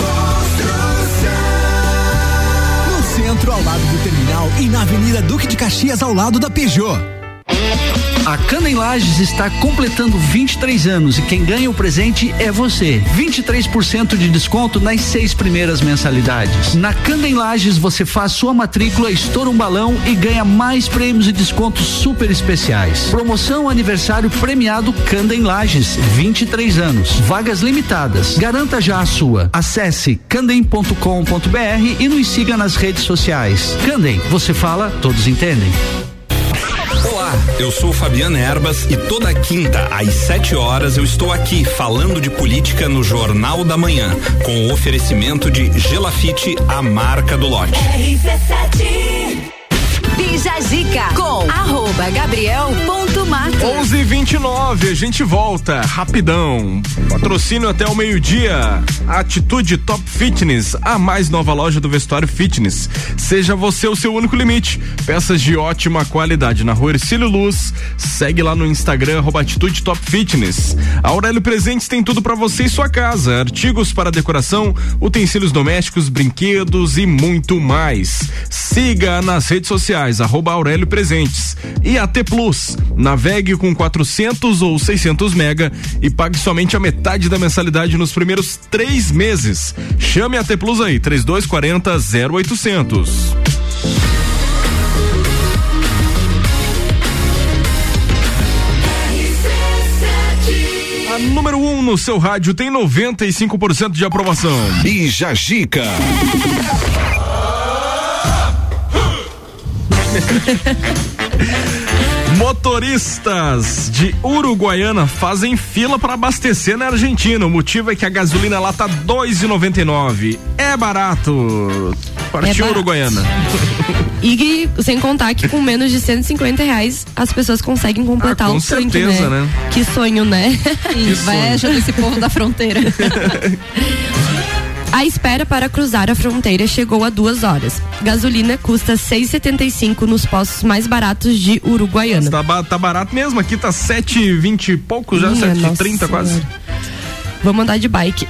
Q: Construção. No centro, ao lado do terminal e na Avenida Duque de Caxias, ao lado da Peugeot.
N: A Cana em Lages está completando 23 anos e quem ganha o presente é você. 23% de desconto nas 6 primeiras mensalidades. Na Cana em Lages você faz sua matrícula, estoura um balão e ganha mais prêmios e descontos super especiais. Promoção aniversário premiado Cana em Lages, 23 anos. Vagas limitadas. Garanta já a sua. Acesse candem.com.br e nos siga nas redes sociais. Candem, você fala, todos entendem.
P: Olá, eu sou Fabiana Erbas e toda quinta às 7 horas eu estou aqui falando de política no Jornal da Manhã, com o oferecimento de Gelafite, a marca do lote.
J: RC7 Bija Zica com @Gabriel.Mato.
A: 11:29, a gente volta rapidão. Patrocínio até o meio-dia. Atitude Top Fitness, a mais nova loja do vestuário fitness. Seja você o seu único limite. Peças de ótima qualidade na Rua Ercílio Luz. Segue lá no Instagram @Atitude Top Fitness. A Aurélio Presentes tem tudo para você e sua casa: artigos para decoração, utensílios domésticos, brinquedos e muito mais. Siga nas redes sociais @Aurélio Presentes. E AT Plus, navegue com 400 ou 600 mega e pague somente a metade da mensalidade nos primeiros 3 meses. Chame a AT Plus aí, 3240-0800. A número 1 no seu rádio tem 95% de aprovação.
B: E Jajica.
A: Motoristas de Uruguaiana fazem fila para abastecer na Argentina. O motivo é que a gasolina lá tá R$2,99. É barato. Partiu Uruguaiana.
D: E sem contar que com menos de R$150 as pessoas conseguem completar o tanque,
A: certeza, né?
D: Que sonho, né?
C: Inveja desse povo da fronteira.
D: A espera para cruzar a fronteira chegou a 2 horas. Gasolina custa R$6,75 nos postos mais baratos de Uruguaiana.
A: Tá barato mesmo, aqui tá 7,20 e pouco já, 7,30 quase.
D: Vamos andar de bike.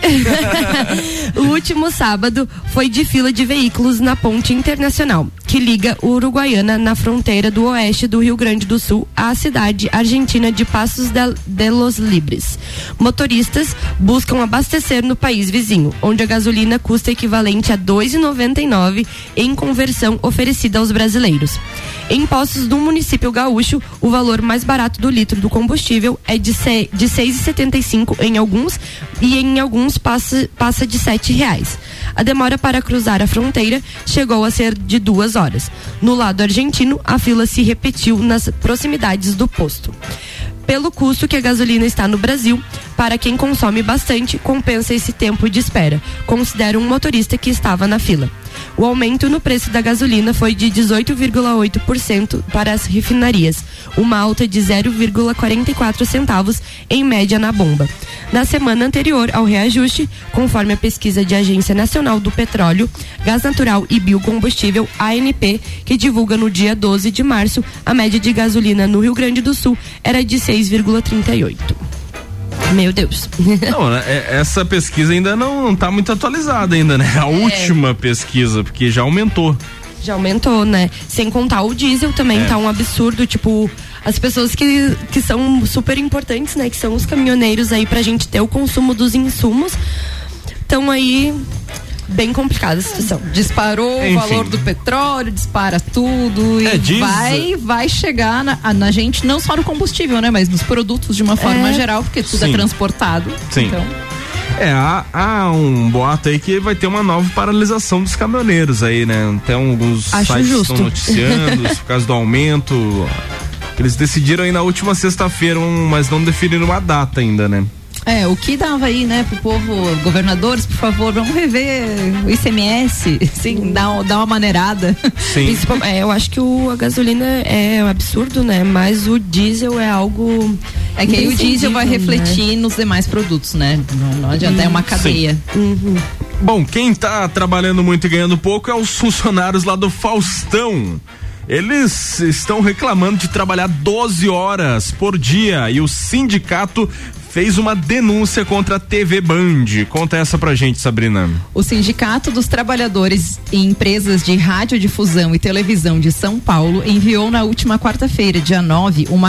D: O último sábado foi de fila de veículos na ponte internacional, que liga Uruguaiana na fronteira do oeste do Rio Grande do Sul à cidade argentina de Pasos de los Libres. Motoristas buscam abastecer no país vizinho, onde a gasolina custa equivalente a R$2,99 em conversão oferecida aos brasileiros. Em postos do município gaúcho, o valor mais barato do litro do combustível é de R$6,75 em alguns, e em alguns passa de R$7. A demora para cruzar a fronteira chegou a ser de 2 horas. No lado argentino, a fila se repetiu nas proximidades do posto. Pelo custo que a gasolina está no Brasil, para quem consome bastante, compensa esse tempo de espera, considera um motorista que estava na fila. O aumento no preço da gasolina foi de 18,8% para as refinarias, uma alta de 0,44 centavos em média na bomba. Na semana anterior ao reajuste, conforme a pesquisa de Agência Nacional do Petróleo, Gás Natural e Biocombustível, ANP, que divulga no dia 12 de março, a média de gasolina no Rio Grande do Sul era de 6,38. Meu Deus.
A: Não, essa pesquisa ainda não tá muito atualizada ainda, né? A última pesquisa, porque já aumentou.
D: Já aumentou, né? Sem contar o diesel também tá um absurdo, tipo, as pessoas que são super importantes, né? Que são os caminhoneiros aí pra gente ter o consumo dos insumos, estão aí bem complicada a situação.
C: Disparou o valor do petróleo, dispara tudo e vai chegar na gente, não só no combustível, né? Mas nos produtos de uma forma geral, porque tudo é transportado.
A: Sim. Então... há um boato aí que vai ter uma nova paralisação dos caminhoneiros aí, né? Até alguns sites estão noticiando por causa do aumento. Eles decidiram aí na última sexta-feira, mas não definiram uma data ainda, né?
C: O que dava aí, né, pro povo, governadores, por favor, vamos rever o ICMS, sim, dá uma maneirada.
A: Sim.
D: Eu acho que a gasolina é um absurdo, né, mas o diesel é algo...
C: É que aí o diesel vai refletir nos demais produtos, né, não adianta, é uma cadeia.
A: Bom, quem tá trabalhando muito e ganhando pouco é os funcionários lá do Faustão. Eles estão reclamando de trabalhar 12 horas por dia e o sindicato fez uma denúncia contra a TV Band. Conta essa pra gente, Sabrina.
C: O Sindicato dos Trabalhadores em Empresas de Radiodifusão e Televisão de São Paulo enviou na última quarta-feira, dia 9, uma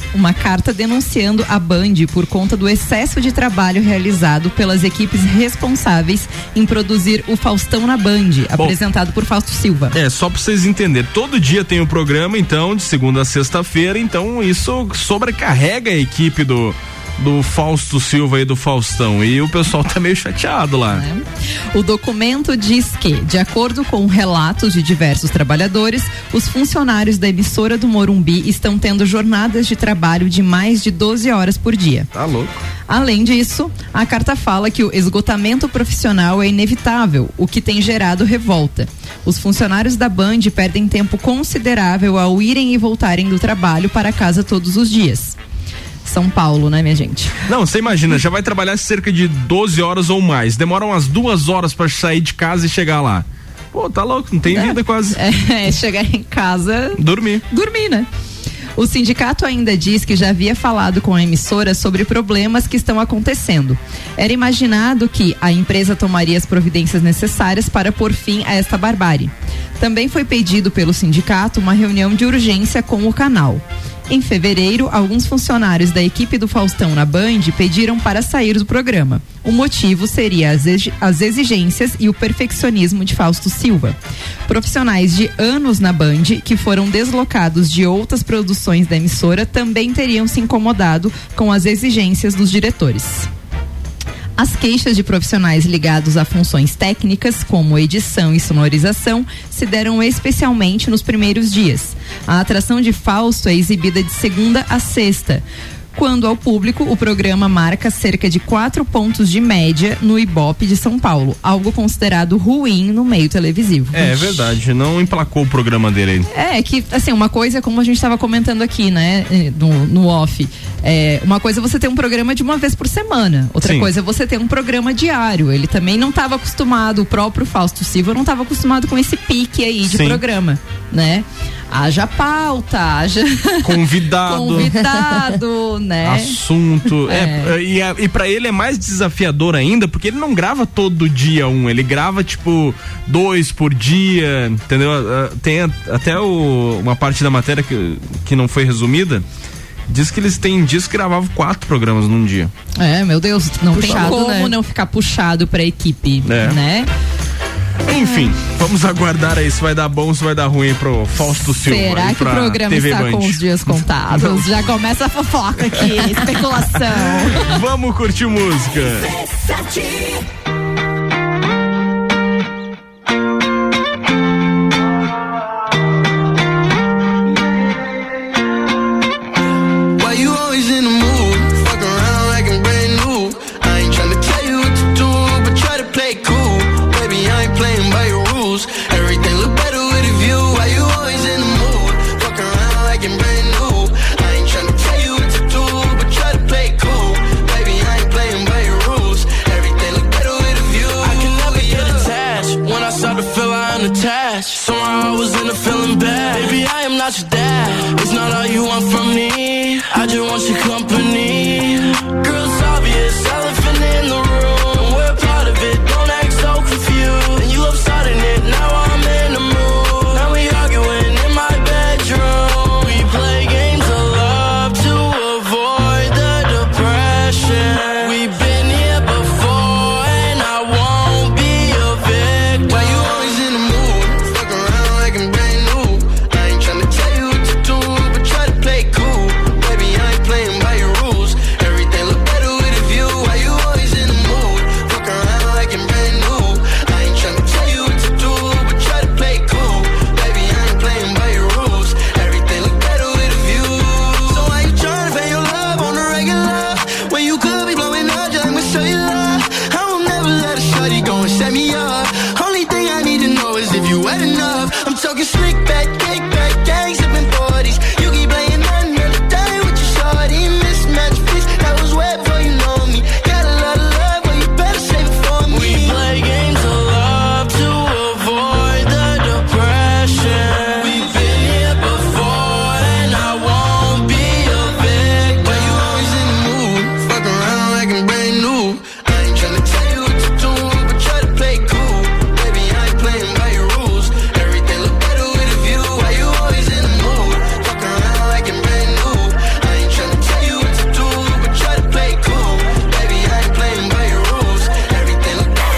C: carta denunciando a Band por conta do excesso de trabalho realizado pelas equipes responsáveis em produzir o Faustão na Band, apresentado por Fausto Silva.
A: Só pra vocês entenderem, todo dia tem o programa, então, de segunda a sexta-feira, então isso sobrecarrega a equipe do Fausto Silva e do Faustão, e o pessoal tá meio chateado lá.
C: O documento diz que, de acordo com relatos de diversos trabalhadores, os funcionários da emissora do Morumbi estão tendo jornadas de trabalho de mais de 12 horas por dia.
A: Tá louco.
C: Além disso, a carta fala que o esgotamento profissional é inevitável, o que tem gerado revolta. Os funcionários da Band perdem tempo considerável ao irem e voltarem do trabalho para casa todos os dias. São Paulo, né, minha gente?
A: Não, você imagina, já vai trabalhar cerca de 12 horas ou mais. Demora umas 2 horas pra sair de casa e chegar lá. Pô, tá louco, não tem vida quase.
C: Chegar em casa...
A: Dormir,
C: né? O sindicato ainda diz que já havia falado com a emissora sobre problemas que estão acontecendo. Era imaginado que a empresa tomaria as providências necessárias para pôr fim a esta barbárie. Também foi pedido pelo sindicato uma reunião de urgência com o canal. Em fevereiro, alguns funcionários da equipe do Faustão na Band pediram para sair do programa. O motivo seria as exigências e o perfeccionismo de Fausto Silva. Profissionais de anos na Band, que foram deslocados de outras produções da emissora, também teriam se incomodado com as exigências dos diretores. As queixas de profissionais ligados a funções técnicas, como edição e sonorização, se deram especialmente nos primeiros dias. A atração de Fausto é exibida de segunda a sexta. Quando ao público, o programa marca cerca de 4 pontos de média no Ibope de São Paulo, algo considerado ruim no meio televisivo.
A: É verdade, não emplacou o programa dele aí.
C: É que, assim, uma coisa, como a gente estava comentando aqui, né, no off, uma coisa é você ter um programa de uma vez por semana, outra coisa é você ter um programa diário. Ele também não estava acostumado, o próprio Fausto Silva não estava acostumado com esse pique aí de programa, né? Haja pauta, haja convidado, né?
A: Assunto. E pra ele é mais desafiador ainda, porque ele não grava todo dia ele grava tipo 2 por dia, entendeu? Tem até uma parte da matéria que não foi resumida. Diz que eles têm dias que gravavam 4 programas num dia.
C: Meu Deus, não
A: puxado,
C: tem como,
A: né?
C: Não ficar puxado pra equipe, né?
A: Enfim, vamos aguardar aí se vai dar bom ou se vai dar ruim pro Fausto Silva.
C: Será que o programa
A: TV
C: está
A: Band.
C: com os dias contados? Já começa a fofoca aqui, especulação.
A: Vamos curtir música.
I: Why you always in the mood? Fuck around like I'm brand new. I ain't tryna tell you what to do, but try to play cool. Baby, I ain't playing by your rules. Everything look better with a view. Why you always in the mood? Fuck around like I'm brand new. I ain't tryna tell you what to do, but try to play cool. Baby, I ain't playing by your rules. Everything look better with a view. I can never get attached. When I start to feel I am attached, somehow I was in a feeling bad. Baby, I am not your dad. It's not all you want from me. I just want your company. Girl, it's obvious, elephant in the room. We're part of it, don't act so confused. And you love starting it, now I'm in the mood. Now we arguing in my bedroom. We play games of love to avoid the depression. We've been here before and I won't be a victim. Why you always in the mood? Fuck around like I'm brand new. I ain't tryna tell you what to do, but try to play cool. Baby, I ain't playing by your rules. Everything look better with a view. Why you always in the mood? Fuck around like I'm brand new. I ain't tryna tell you what to do, but try to play cool. Baby, I ain't playing by your rules. Everything look better with a view. So why you tryna pay your love on the regular? When you could be blowing up just like my cellular. I will never let a shorty go and set me up. Only thing I need to know is if you wet enough. I'm talking slick back, kick back, gang sipping 40s. You keep playing another day with your shorty. Mismatch piece, that was wet before you know me. Got a lot of love, but you better save it for me. We play games of love to avoid the depression. We've been here before and I won't be a victim. Why you always in the mood? Fuck around like I'm brand new. I ain't tryna tell you what to do, but try to play cool. Baby, I ain't playing by your rules. Everything look better with a view. Why you always in the mood? Fuck around like I'm brand new. I ain't tryna tell you what to do, but try to play cool. Baby, I ain't playing by your rules. Everything look better.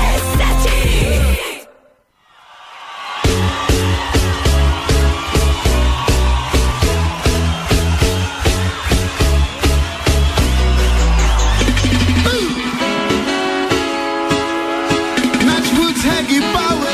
I: Matchwood Haggy Power.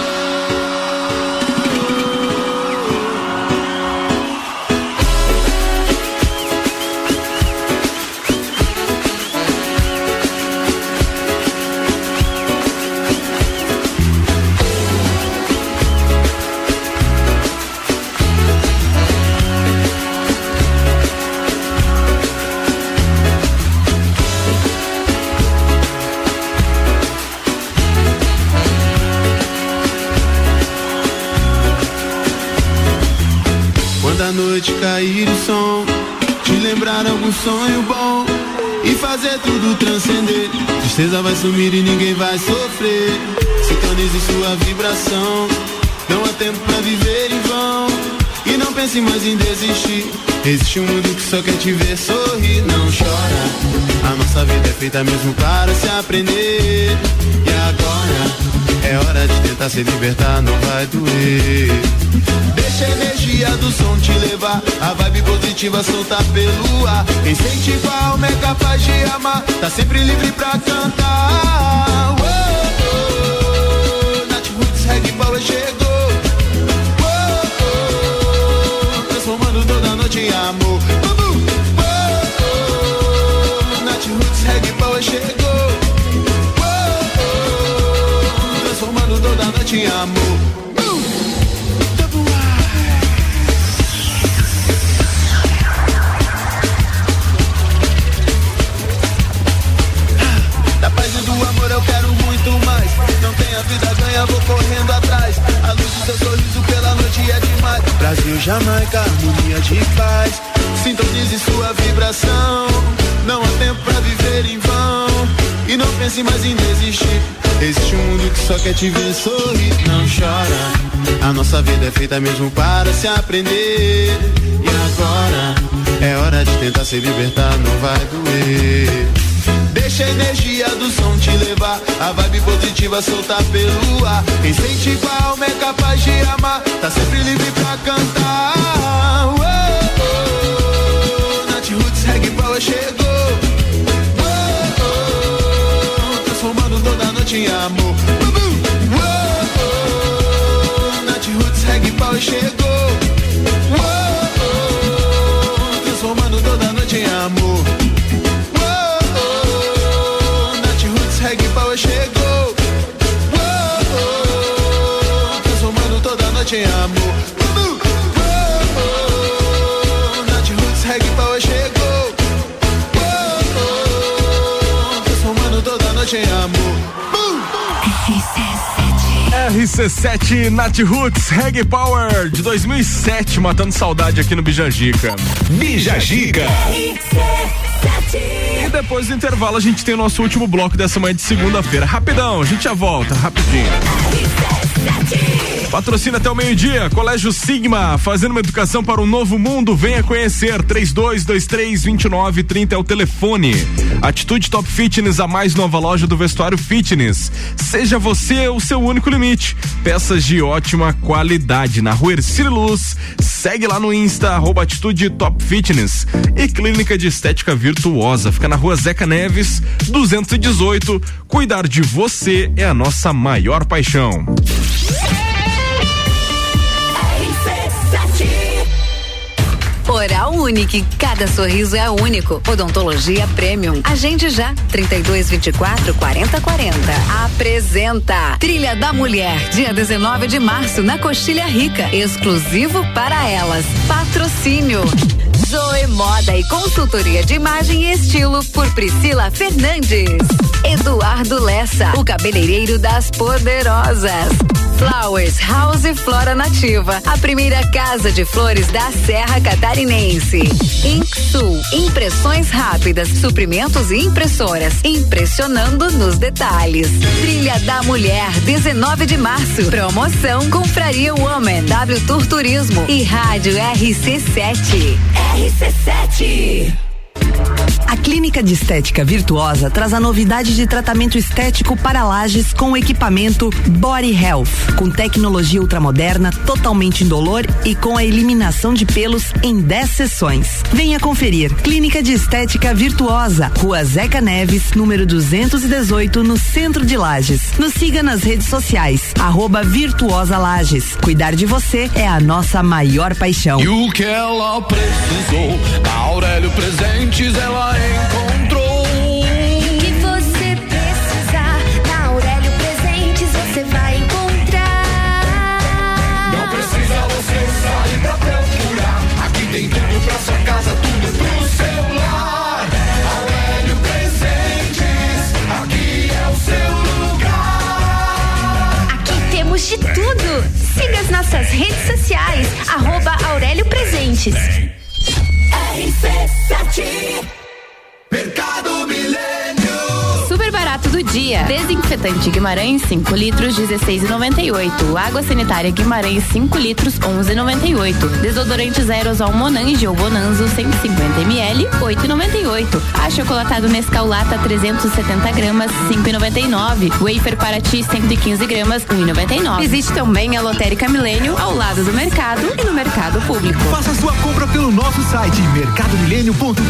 I: Quando a noite cair o som, te lembrar algum sonho bom e fazer tudo transcender. Tristeza vai sumir e ninguém vai sofrer. Sintonize sua vibração. Não há tempo pra viver em vão. E não pense mais em desistir. Existe um mundo que só quer te ver sorrir. Não chora, a nossa vida é feita mesmo para se aprender. E agora é hora de tentar
G: tentar se libertar, não vai doer. Deixa a energia do som te levar, a vibe positiva soltar pelo ar. Quem sente igual a alma é capaz de amar, tá sempre livre pra cantar. Oh, oh, Nath Roots Reggae Power chegou. Oh, oh, transformando toda noite em amor. Oh, oh, Nath Roots Reggae Power chegou. Oh, oh, transformando toda noite em amor. Eu quero muito mais, não tenho a vida ganha, vou correndo atrás. A luz do seu sorriso pela noite é demais. Brasil, Jamaica, harmonia de paz. Sintonize sua vibração. Não há tempo pra viver em vão. E não pense mais em desistir. Existe um mundo que só quer te ver sorrir. Não chora, a nossa vida é feita mesmo para se aprender. E agora, é hora de tentar se libertar, não vai doer. Deixa a energia do som te levar, a vibe positiva soltar pelo ar. Quem sente igual a alma é capaz de amar, tá sempre livre pra cantar. Oh, oh, Nath Roots Reggae Power chegou. Oh, oh, transformando toda noite em amor. Oh, oh, Nath Roots Reggae Power chegou. Oh, oh, transformando toda noite em amor. Reggae Power chegou. Oh, oh, transformando toda noite em amor. Oh, oh, Nath Roots Reggae Power chegou. Oh, oh, transformando toda noite em amor.
A: RC7 Nath Roots Reggae Power de 2007, matando saudade aqui no Bijagica.
B: Bijagica.
A: E depois do intervalo a gente tem o nosso último bloco dessa manhã de segunda-feira. Rapidão, a gente já volta, rapidinho. Patrocina até o meio-dia, Colégio Sigma, fazendo uma educação para um novo mundo. Venha conhecer, 3223-2930 é o telefone. Atitude Top Fitness, a mais nova loja do vestuário fitness. Seja você o seu único limite. Peças de ótima qualidade na Rua Ercílio Luz. Segue lá no Insta, @Atitude Top Fitness. E Clínica de Estética Virtuosa, fica na Rua Zeca Neves, 218. Cuidar de você é a nossa maior paixão.
J: Oral Unique, cada sorriso é único. Odontologia Premium. Agende já, 3224-4040. Apresenta Trilha da Mulher, dia 19 de março, na Coxilha Rica. Exclusivo para elas. Patrocínio Zoe Moda e consultoria de imagem e estilo por Priscila Fernandes. Eduardo Lessa, o cabeleireiro das poderosas. Flowers House Flora Nativa, a primeira casa de flores da Serra Catarinense. Inksul, impressões rápidas, suprimentos e impressoras, impressionando nos detalhes. Trilha da Mulher, 19 de março, promoção Confraria Woman, W Tour Turismo e Rádio RC7. RC7.
H: A Clínica de Estética Virtuosa traz a novidade de tratamento estético para lajes com o equipamento Body Health, com tecnologia ultramoderna, totalmente indolor e com a eliminação de pelos em 10 sessões. Venha conferir. Clínica de Estética Virtuosa, Rua Zeca Neves, número 218, no centro de Lages. Nos siga nas redes sociais, @Virtuosa Lages. Cuidar de você é a nossa maior paixão.
K: E o que ela precisou, a Aurélio Presentes ela encontrou.
L: O que você precisar, na Aurélio Presentes você vai encontrar.
K: Não precisa você sair pra procurar. Aqui tem tudo pra sua casa, tudo pro celular. Aurélio Presentes, aqui é o seu lugar.
L: Aqui temos de tudo. Siga as nossas redes sociais, @Aurélio Presentes.
K: RC7 Mercado Milênio.
E: Super barato
T: produto do dia. Desinfetante Guimarães 5 litros 16,98. Água sanitária Guimarães 5 litros 11,98. Desodorante Aerosol Monange ou Bonanzo 150 ml 8,98. Achocolatado Nescau Lata 370 gramas 5,99. Wafer Paraty 115 gramas 1,99. Visite também a Lotérica Milênio ao lado do mercado e no mercado público.
U: Faça sua compra pelo nosso site mercadomilênio.com.br.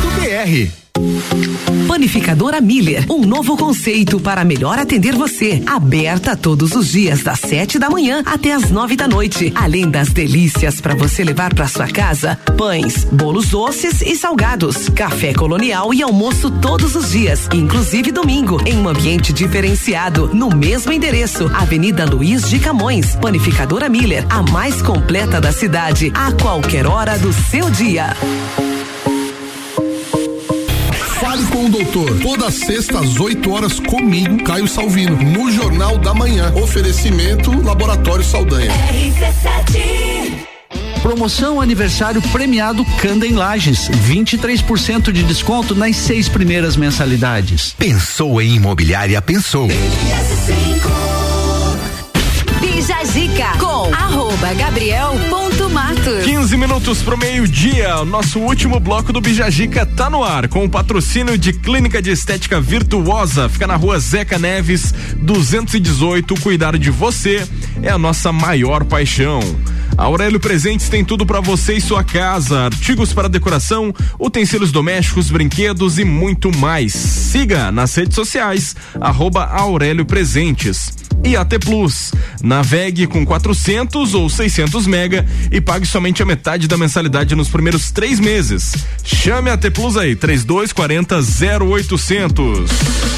H: Panificadora Miller, um novo conceito para melhor atender você. Aberta todos os dias das 7 da manhã até as 9 da noite. Além das delícias para você levar para sua casa, pães, bolos doces e salgados, café colonial e almoço todos os dias, inclusive domingo, em um ambiente diferenciado, no mesmo endereço, Avenida Luiz de Camões. Panificadora Miller, a mais completa da cidade, a qualquer hora do seu dia.
V: Fale com o doutor. Toda sexta às 8 horas comigo, Caio Salvino, no Jornal da Manhã. Oferecimento Laboratório Saldanha.
N: RC7. Promoção aniversário premiado Candem Lages, 23% de desconto nas 6 primeiras mensalidades.
O: Pensou em imobiliária, pensou.
J: Bijagica com @Gabriel.Matos.
A: 15 minutos pro meio-dia, nosso último bloco do Bijagica tá no ar, com o patrocínio de Clínica de Estética Virtuosa, fica na rua Zeca Neves 218, cuidar de você é a nossa maior paixão. A Aurélio Presentes tem tudo para você e sua casa, artigos para decoração, utensílios domésticos, brinquedos e muito mais. Siga nas redes sociais, @Aurélio Presentes. E AT Plus, navegue com 400 ou 600 mega e pague somente a metade da mensalidade nos primeiros 3 meses. Chame a AT Plus aí, 3240-0800.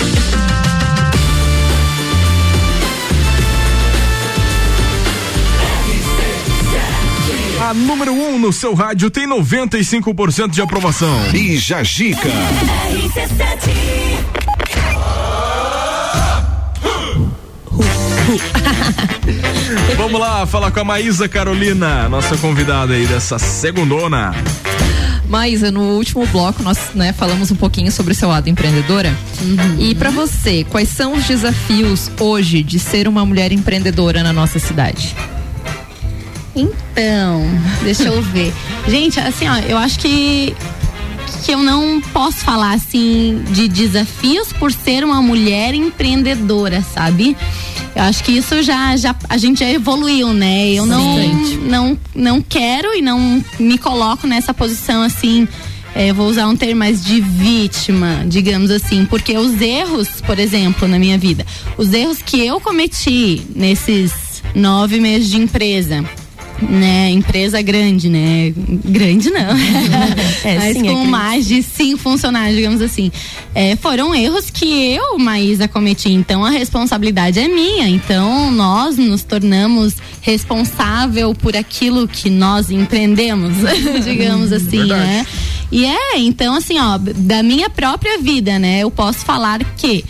A: A número 1 no seu rádio tem 95% de aprovação.
O: Bijagica.
A: Vamos lá falar com a Maísa Carolina, nossa convidada aí dessa segundona.
C: Maísa, no último bloco nós, falamos um pouquinho sobre o seu lado empreendedora. E pra você, quais são os desafios hoje de ser uma mulher empreendedora na nossa cidade?
E: Então, deixa eu ver. Gente, assim, ó, eu acho que eu não posso falar assim de desafios por ser uma mulher empreendedora, sabe? Eu acho que isso a gente já evoluiu, né? Eu não quero e não me coloco nessa posição assim, vou usar um termo mais de vítima, digamos assim, porque os erros, por exemplo, na minha vida, os erros que eu cometi nesses 9 meses de empresa, né, empresa grande, né, grande não, mas
D: sim,
E: com mais de 5 funcionários, digamos assim, foram erros que eu, Maísa, cometi, então a responsabilidade é minha, então nós nos tornamos responsável por aquilo que nós empreendemos, digamos assim, verdade, né, e então assim, ó, da minha própria vida, né, eu posso falar que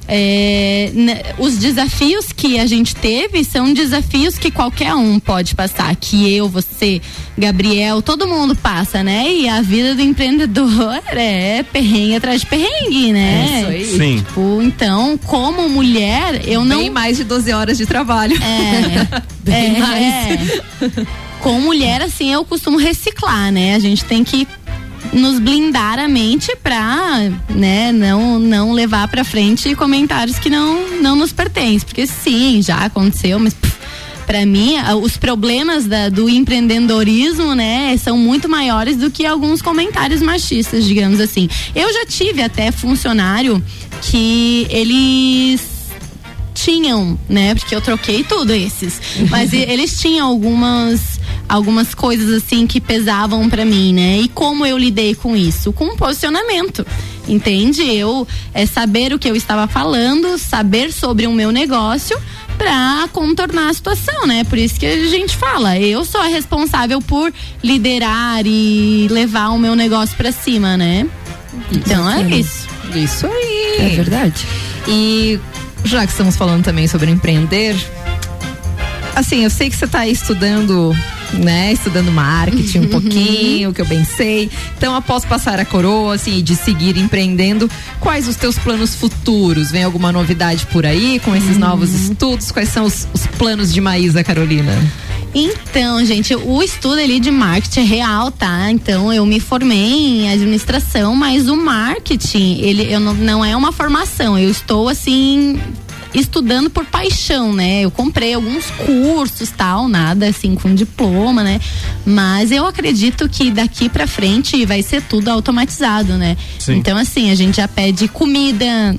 E: os desafios que a gente teve são desafios que qualquer um pode passar, que eu, você, Gabriel, todo mundo passa, né? E a vida do empreendedor é perrengue atrás de perrengue, né?
C: Isso aí.
A: Sim.
E: Tipo, então, como mulher, eu não...
C: Bem mais de 12 horas de trabalho.
E: Bem mais. Com mulher, assim, eu costumo reciclar, né? A gente tem que nos blindar a mente pra, né, não levar pra frente comentários que não nos pertencem, porque sim, já aconteceu, mas pra mim, os problemas do empreendedorismo, né, são muito maiores do que alguns comentários machistas, digamos assim. Eu já tive até funcionário que eles tinham, né, porque eu troquei tudo esses, mas eles tinham algumas coisas assim que pesavam pra mim, né? E como eu lidei com isso? Com um posicionamento, entende? Eu saber o que eu estava falando, saber sobre o meu negócio pra contornar a situação, né? Por isso que a gente fala, eu sou a responsável por liderar e levar o meu negócio pra cima, né? Então é isso.
C: Isso aí.
D: É verdade.
C: E já que estamos falando também sobre empreender, assim, eu sei que você está aí estudando né, estudando marketing um pouquinho, que eu bem sei. Então, após passar a coroa, assim, de seguir empreendendo, quais os teus planos futuros? Vem alguma novidade por aí com esses novos estudos? Quais são os planos de Maísa Carolina?
E: Então, gente, o estudo ali de marketing é real, tá? Então, eu me formei em administração, mas o marketing, não é uma formação. Eu estou, assim, estudando por paixão, né? Eu comprei alguns cursos, tal, nada assim com diploma, né? Mas eu acredito que daqui pra frente vai ser tudo automatizado, né? Sim. Então, assim, a gente já pede comida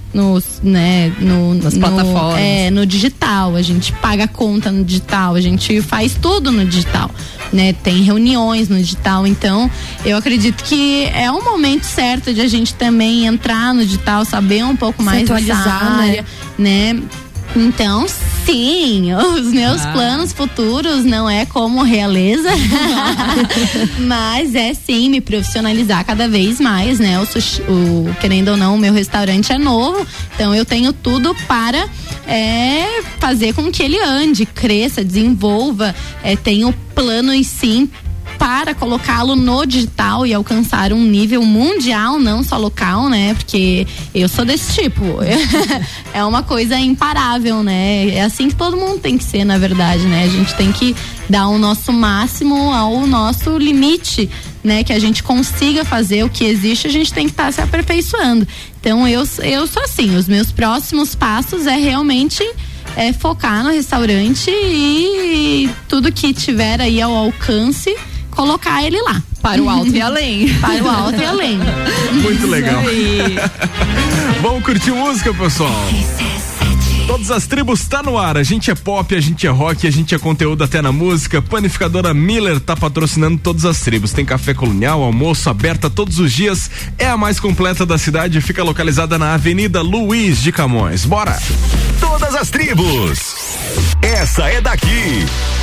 E: nas plataformas. No digital, a gente paga conta no digital, a gente faz tudo no digital, né? Tem reuniões no digital, então eu acredito que é o momento certo de a gente também entrar no digital, saber um pouco mais dessa área, né? Então, sim, os meus planos futuros não é como realeza, mas é sim me profissionalizar cada vez mais, né? Querendo ou não, o meu restaurante é novo, então eu tenho tudo para fazer com que ele ande, cresça, desenvolva, tenho planos sim para colocá-lo no digital e alcançar um nível mundial, não só local, né? Porque eu sou desse tipo. É uma coisa imparável, né? É assim que todo mundo tem que ser, na verdade, né? A gente tem que dar o nosso máximo ao nosso limite, né? Que a gente consiga fazer o que existe, a gente tem que estar se aperfeiçoando. Então, eu sou assim, os meus próximos passos é realmente focar no restaurante e tudo que tiver aí ao alcance, colocar ele lá.
C: Para o alto e além.
E: Para o alto e além.
A: Muito legal. Vamos curtir música, pessoal. Todas as tribos tá no ar, a gente é pop, a gente é rock, a gente é conteúdo até na música. Panificadora Miller tá patrocinando todas as tribos. Tem café colonial, almoço aberta todos os dias. É a mais completa da cidade, fica localizada na Avenida Luiz de Camões. Bora!
B: Todas as tribos. Essa é daqui.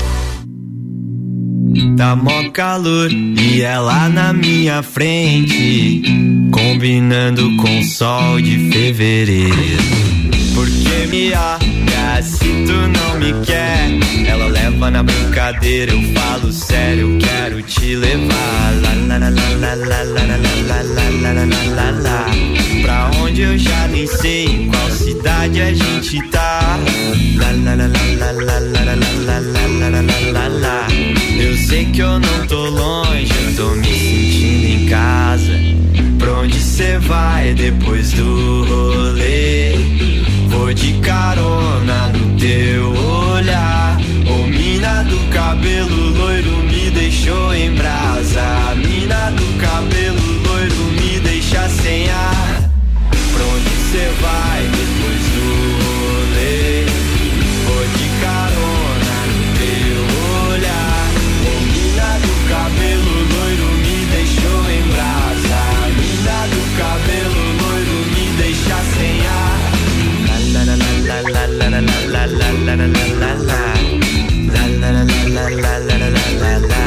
F: Tá mó calor e ela na minha frente, combinando com o sol de fevereiro. Porque me olha se tu não me quer, ela leva na brincadeira, eu falo sério, eu quero te levar lá, lá, lá, lá, lá, lá, lá, lá, lá, lá, lá, pra onde eu já nem sei em qual cidade a gente tá. Lá, lá, lá, lá, lá, lá, lá, lá, lá, lá, lá, lá. Eu sei que eu não tô longe, eu tô me sentindo em casa. Pra onde cê vai depois do rolê? Vou de carona no teu olhar. Ô mina do cabelo loiro me deixou em brasa. A mina do cabelo loiro me deixa sem ar. Pra onde cê vai depois do rolê? Vou de carona no teu olhar. Ô mina do cabelo loiro me deixou em brasa. A mina do cabelo loiro me deixa sem ar. La la la la la la la la la la la la la la. La la la la la la la la la la.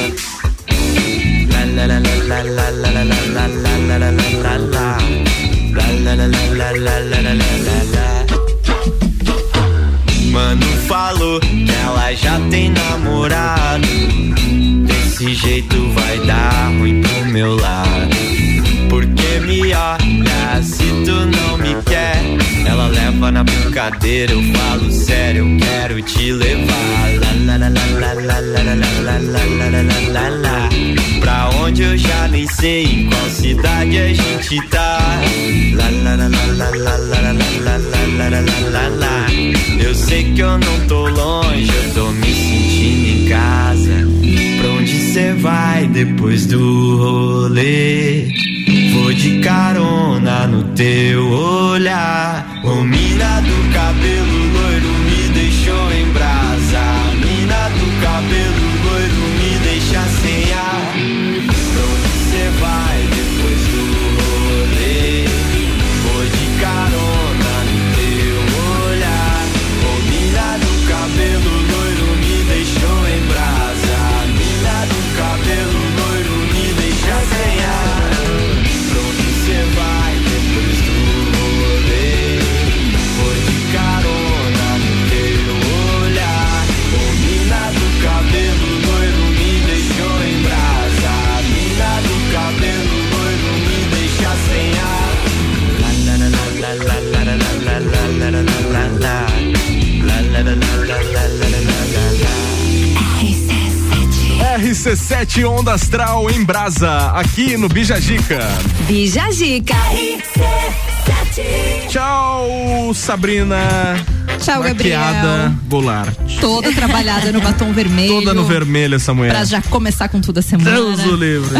F: La la la la la la la la la la la la la. La la la la la la la la la. Mano falou que ela já tem namorado. Desse jeito vai dar ruim pro meu lado. Porque me olha se tu não me quer, ela leva na brincadeira, eu falo sério, eu quero te levar lá, lá, lá, lá, lá, lá, lá, lá, lá, lá, lá, pra onde eu já nem sei em qual cidade a gente tá. Lá, lá, lá, lá, lá, lá, lá, lá, lá, lá, lá, lá, lá. Eu sei que eu não tô longe, eu tô me sentindo em casa. Pra onde cê vai depois do rolê? Vou de carona no teu olhar. Ô mina do cabelo loiro me deixou em brasa. A mina do cabelo loiro me deixa sem ar. Pra onde cê vai depois do rolê? Vou de carona no teu olhar. Ô mina do cabelo loiro me deixou em brasa. A mina do cabelo loiro me deixa sem ar. Você vai depois do rolê? Vou de carona no teu olhar.
A: RC7 Onda Astral em Brasa, aqui no Bijagica.
H: Bijagica.
A: Tchau, Sabrina.
C: Tchau,
A: Maquiada Goulart.
C: Toda trabalhada no batom vermelho.
A: Toda no vermelho essa mulher.
C: Pra já começar com tudo a semana.
A: Deus o livre.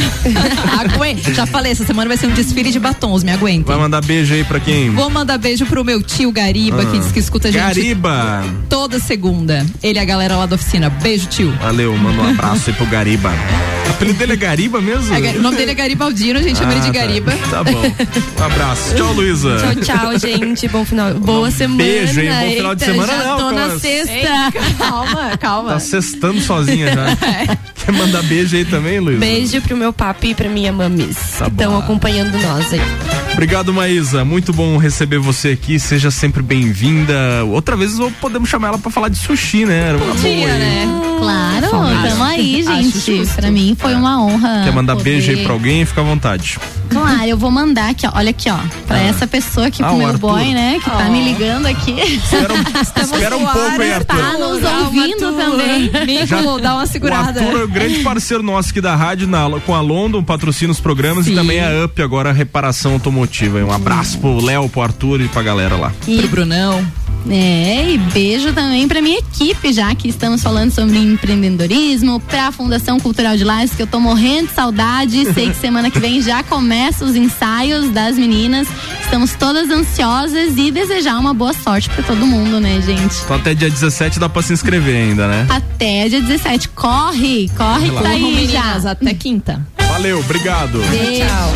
C: Já falei, essa semana vai ser um desfile de batons, me aguentem.
A: Vai mandar beijo aí pra quem?
C: Vou mandar beijo pro meu tio Gariba, que diz que escuta a gente
A: Gariba.
C: toda segunda. Ele e a galera lá da oficina. Beijo, tio.
A: Valeu, manda um abraço aí pro Gariba. O apelido dele é Gariba mesmo?
C: O nome dele é Garibaldino, a gente chama ele de Gariba.
A: Tá bom. Um abraço. Tchau, Luísa.
D: Tchau, gente. Boa semana.
A: Beijo, hein? Bom final de semana,
D: já
A: não.
D: Tô na sexta.
C: Calma.
A: Tá sextando sozinha já. Quer mandar beijo aí também, Luísa?
D: Beijo pro meu papi e pra minha mamis, que estão acompanhando nós aí.
A: Obrigado, Maísa. Muito bom receber você aqui. Seja sempre bem-vinda. Outra vez podemos chamar ela pra falar de sushi, né? Era uma boa,
E: né? Claro, tamo aí, gente. Pra mim foi uma honra.
A: Quer mandar beijo aí pra alguém? Fica à vontade.
E: Claro, eu vou mandar aqui, ó. Olha aqui, ó. Pra essa pessoa aqui, pro meu boy, né? Que tá me ligando aqui.
A: Espera um pouco aí, Arthur.
E: Tá nos ouvindo também.
C: Mico, dá uma segurada.
A: O Arthur é o grande parceiro nosso aqui da rádio, com a London, patrocina os programas. Sim. E também a UP, agora a reparação automotiva. Um abraço pro Léo, pro Arthur e pra galera lá.
C: Pro Brunão.
E: E beijo também pra minha equipe, já que estamos falando sobre empreendedorismo, pra Fundação Cultural de Lages, que eu tô morrendo de saudade. Sei que semana que vem já começa os ensaios das meninas. Estamos todas ansiosas e desejar uma boa sorte pra todo mundo, né, gente?
A: Então até dia 17 dá pra se inscrever ainda, né?
E: Até dia 17. Corre que tá aí já.
C: Até quinta.
A: Valeu, obrigado.
C: Tchau.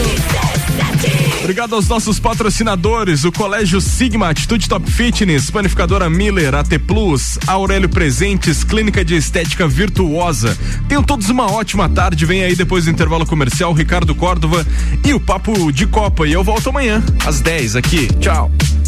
A: Obrigado aos nossos patrocinadores, o Colégio Sigma, Atitude Top Fitness, Panificadora Miller, AT Plus, Aurélio Presentes, Clínica de Estética Virtuosa. Tenham todos uma ótima tarde, vem aí depois do intervalo comercial, Ricardo Córdova e o Papo de Copa. E eu volto amanhã, às 10 aqui. Tchau.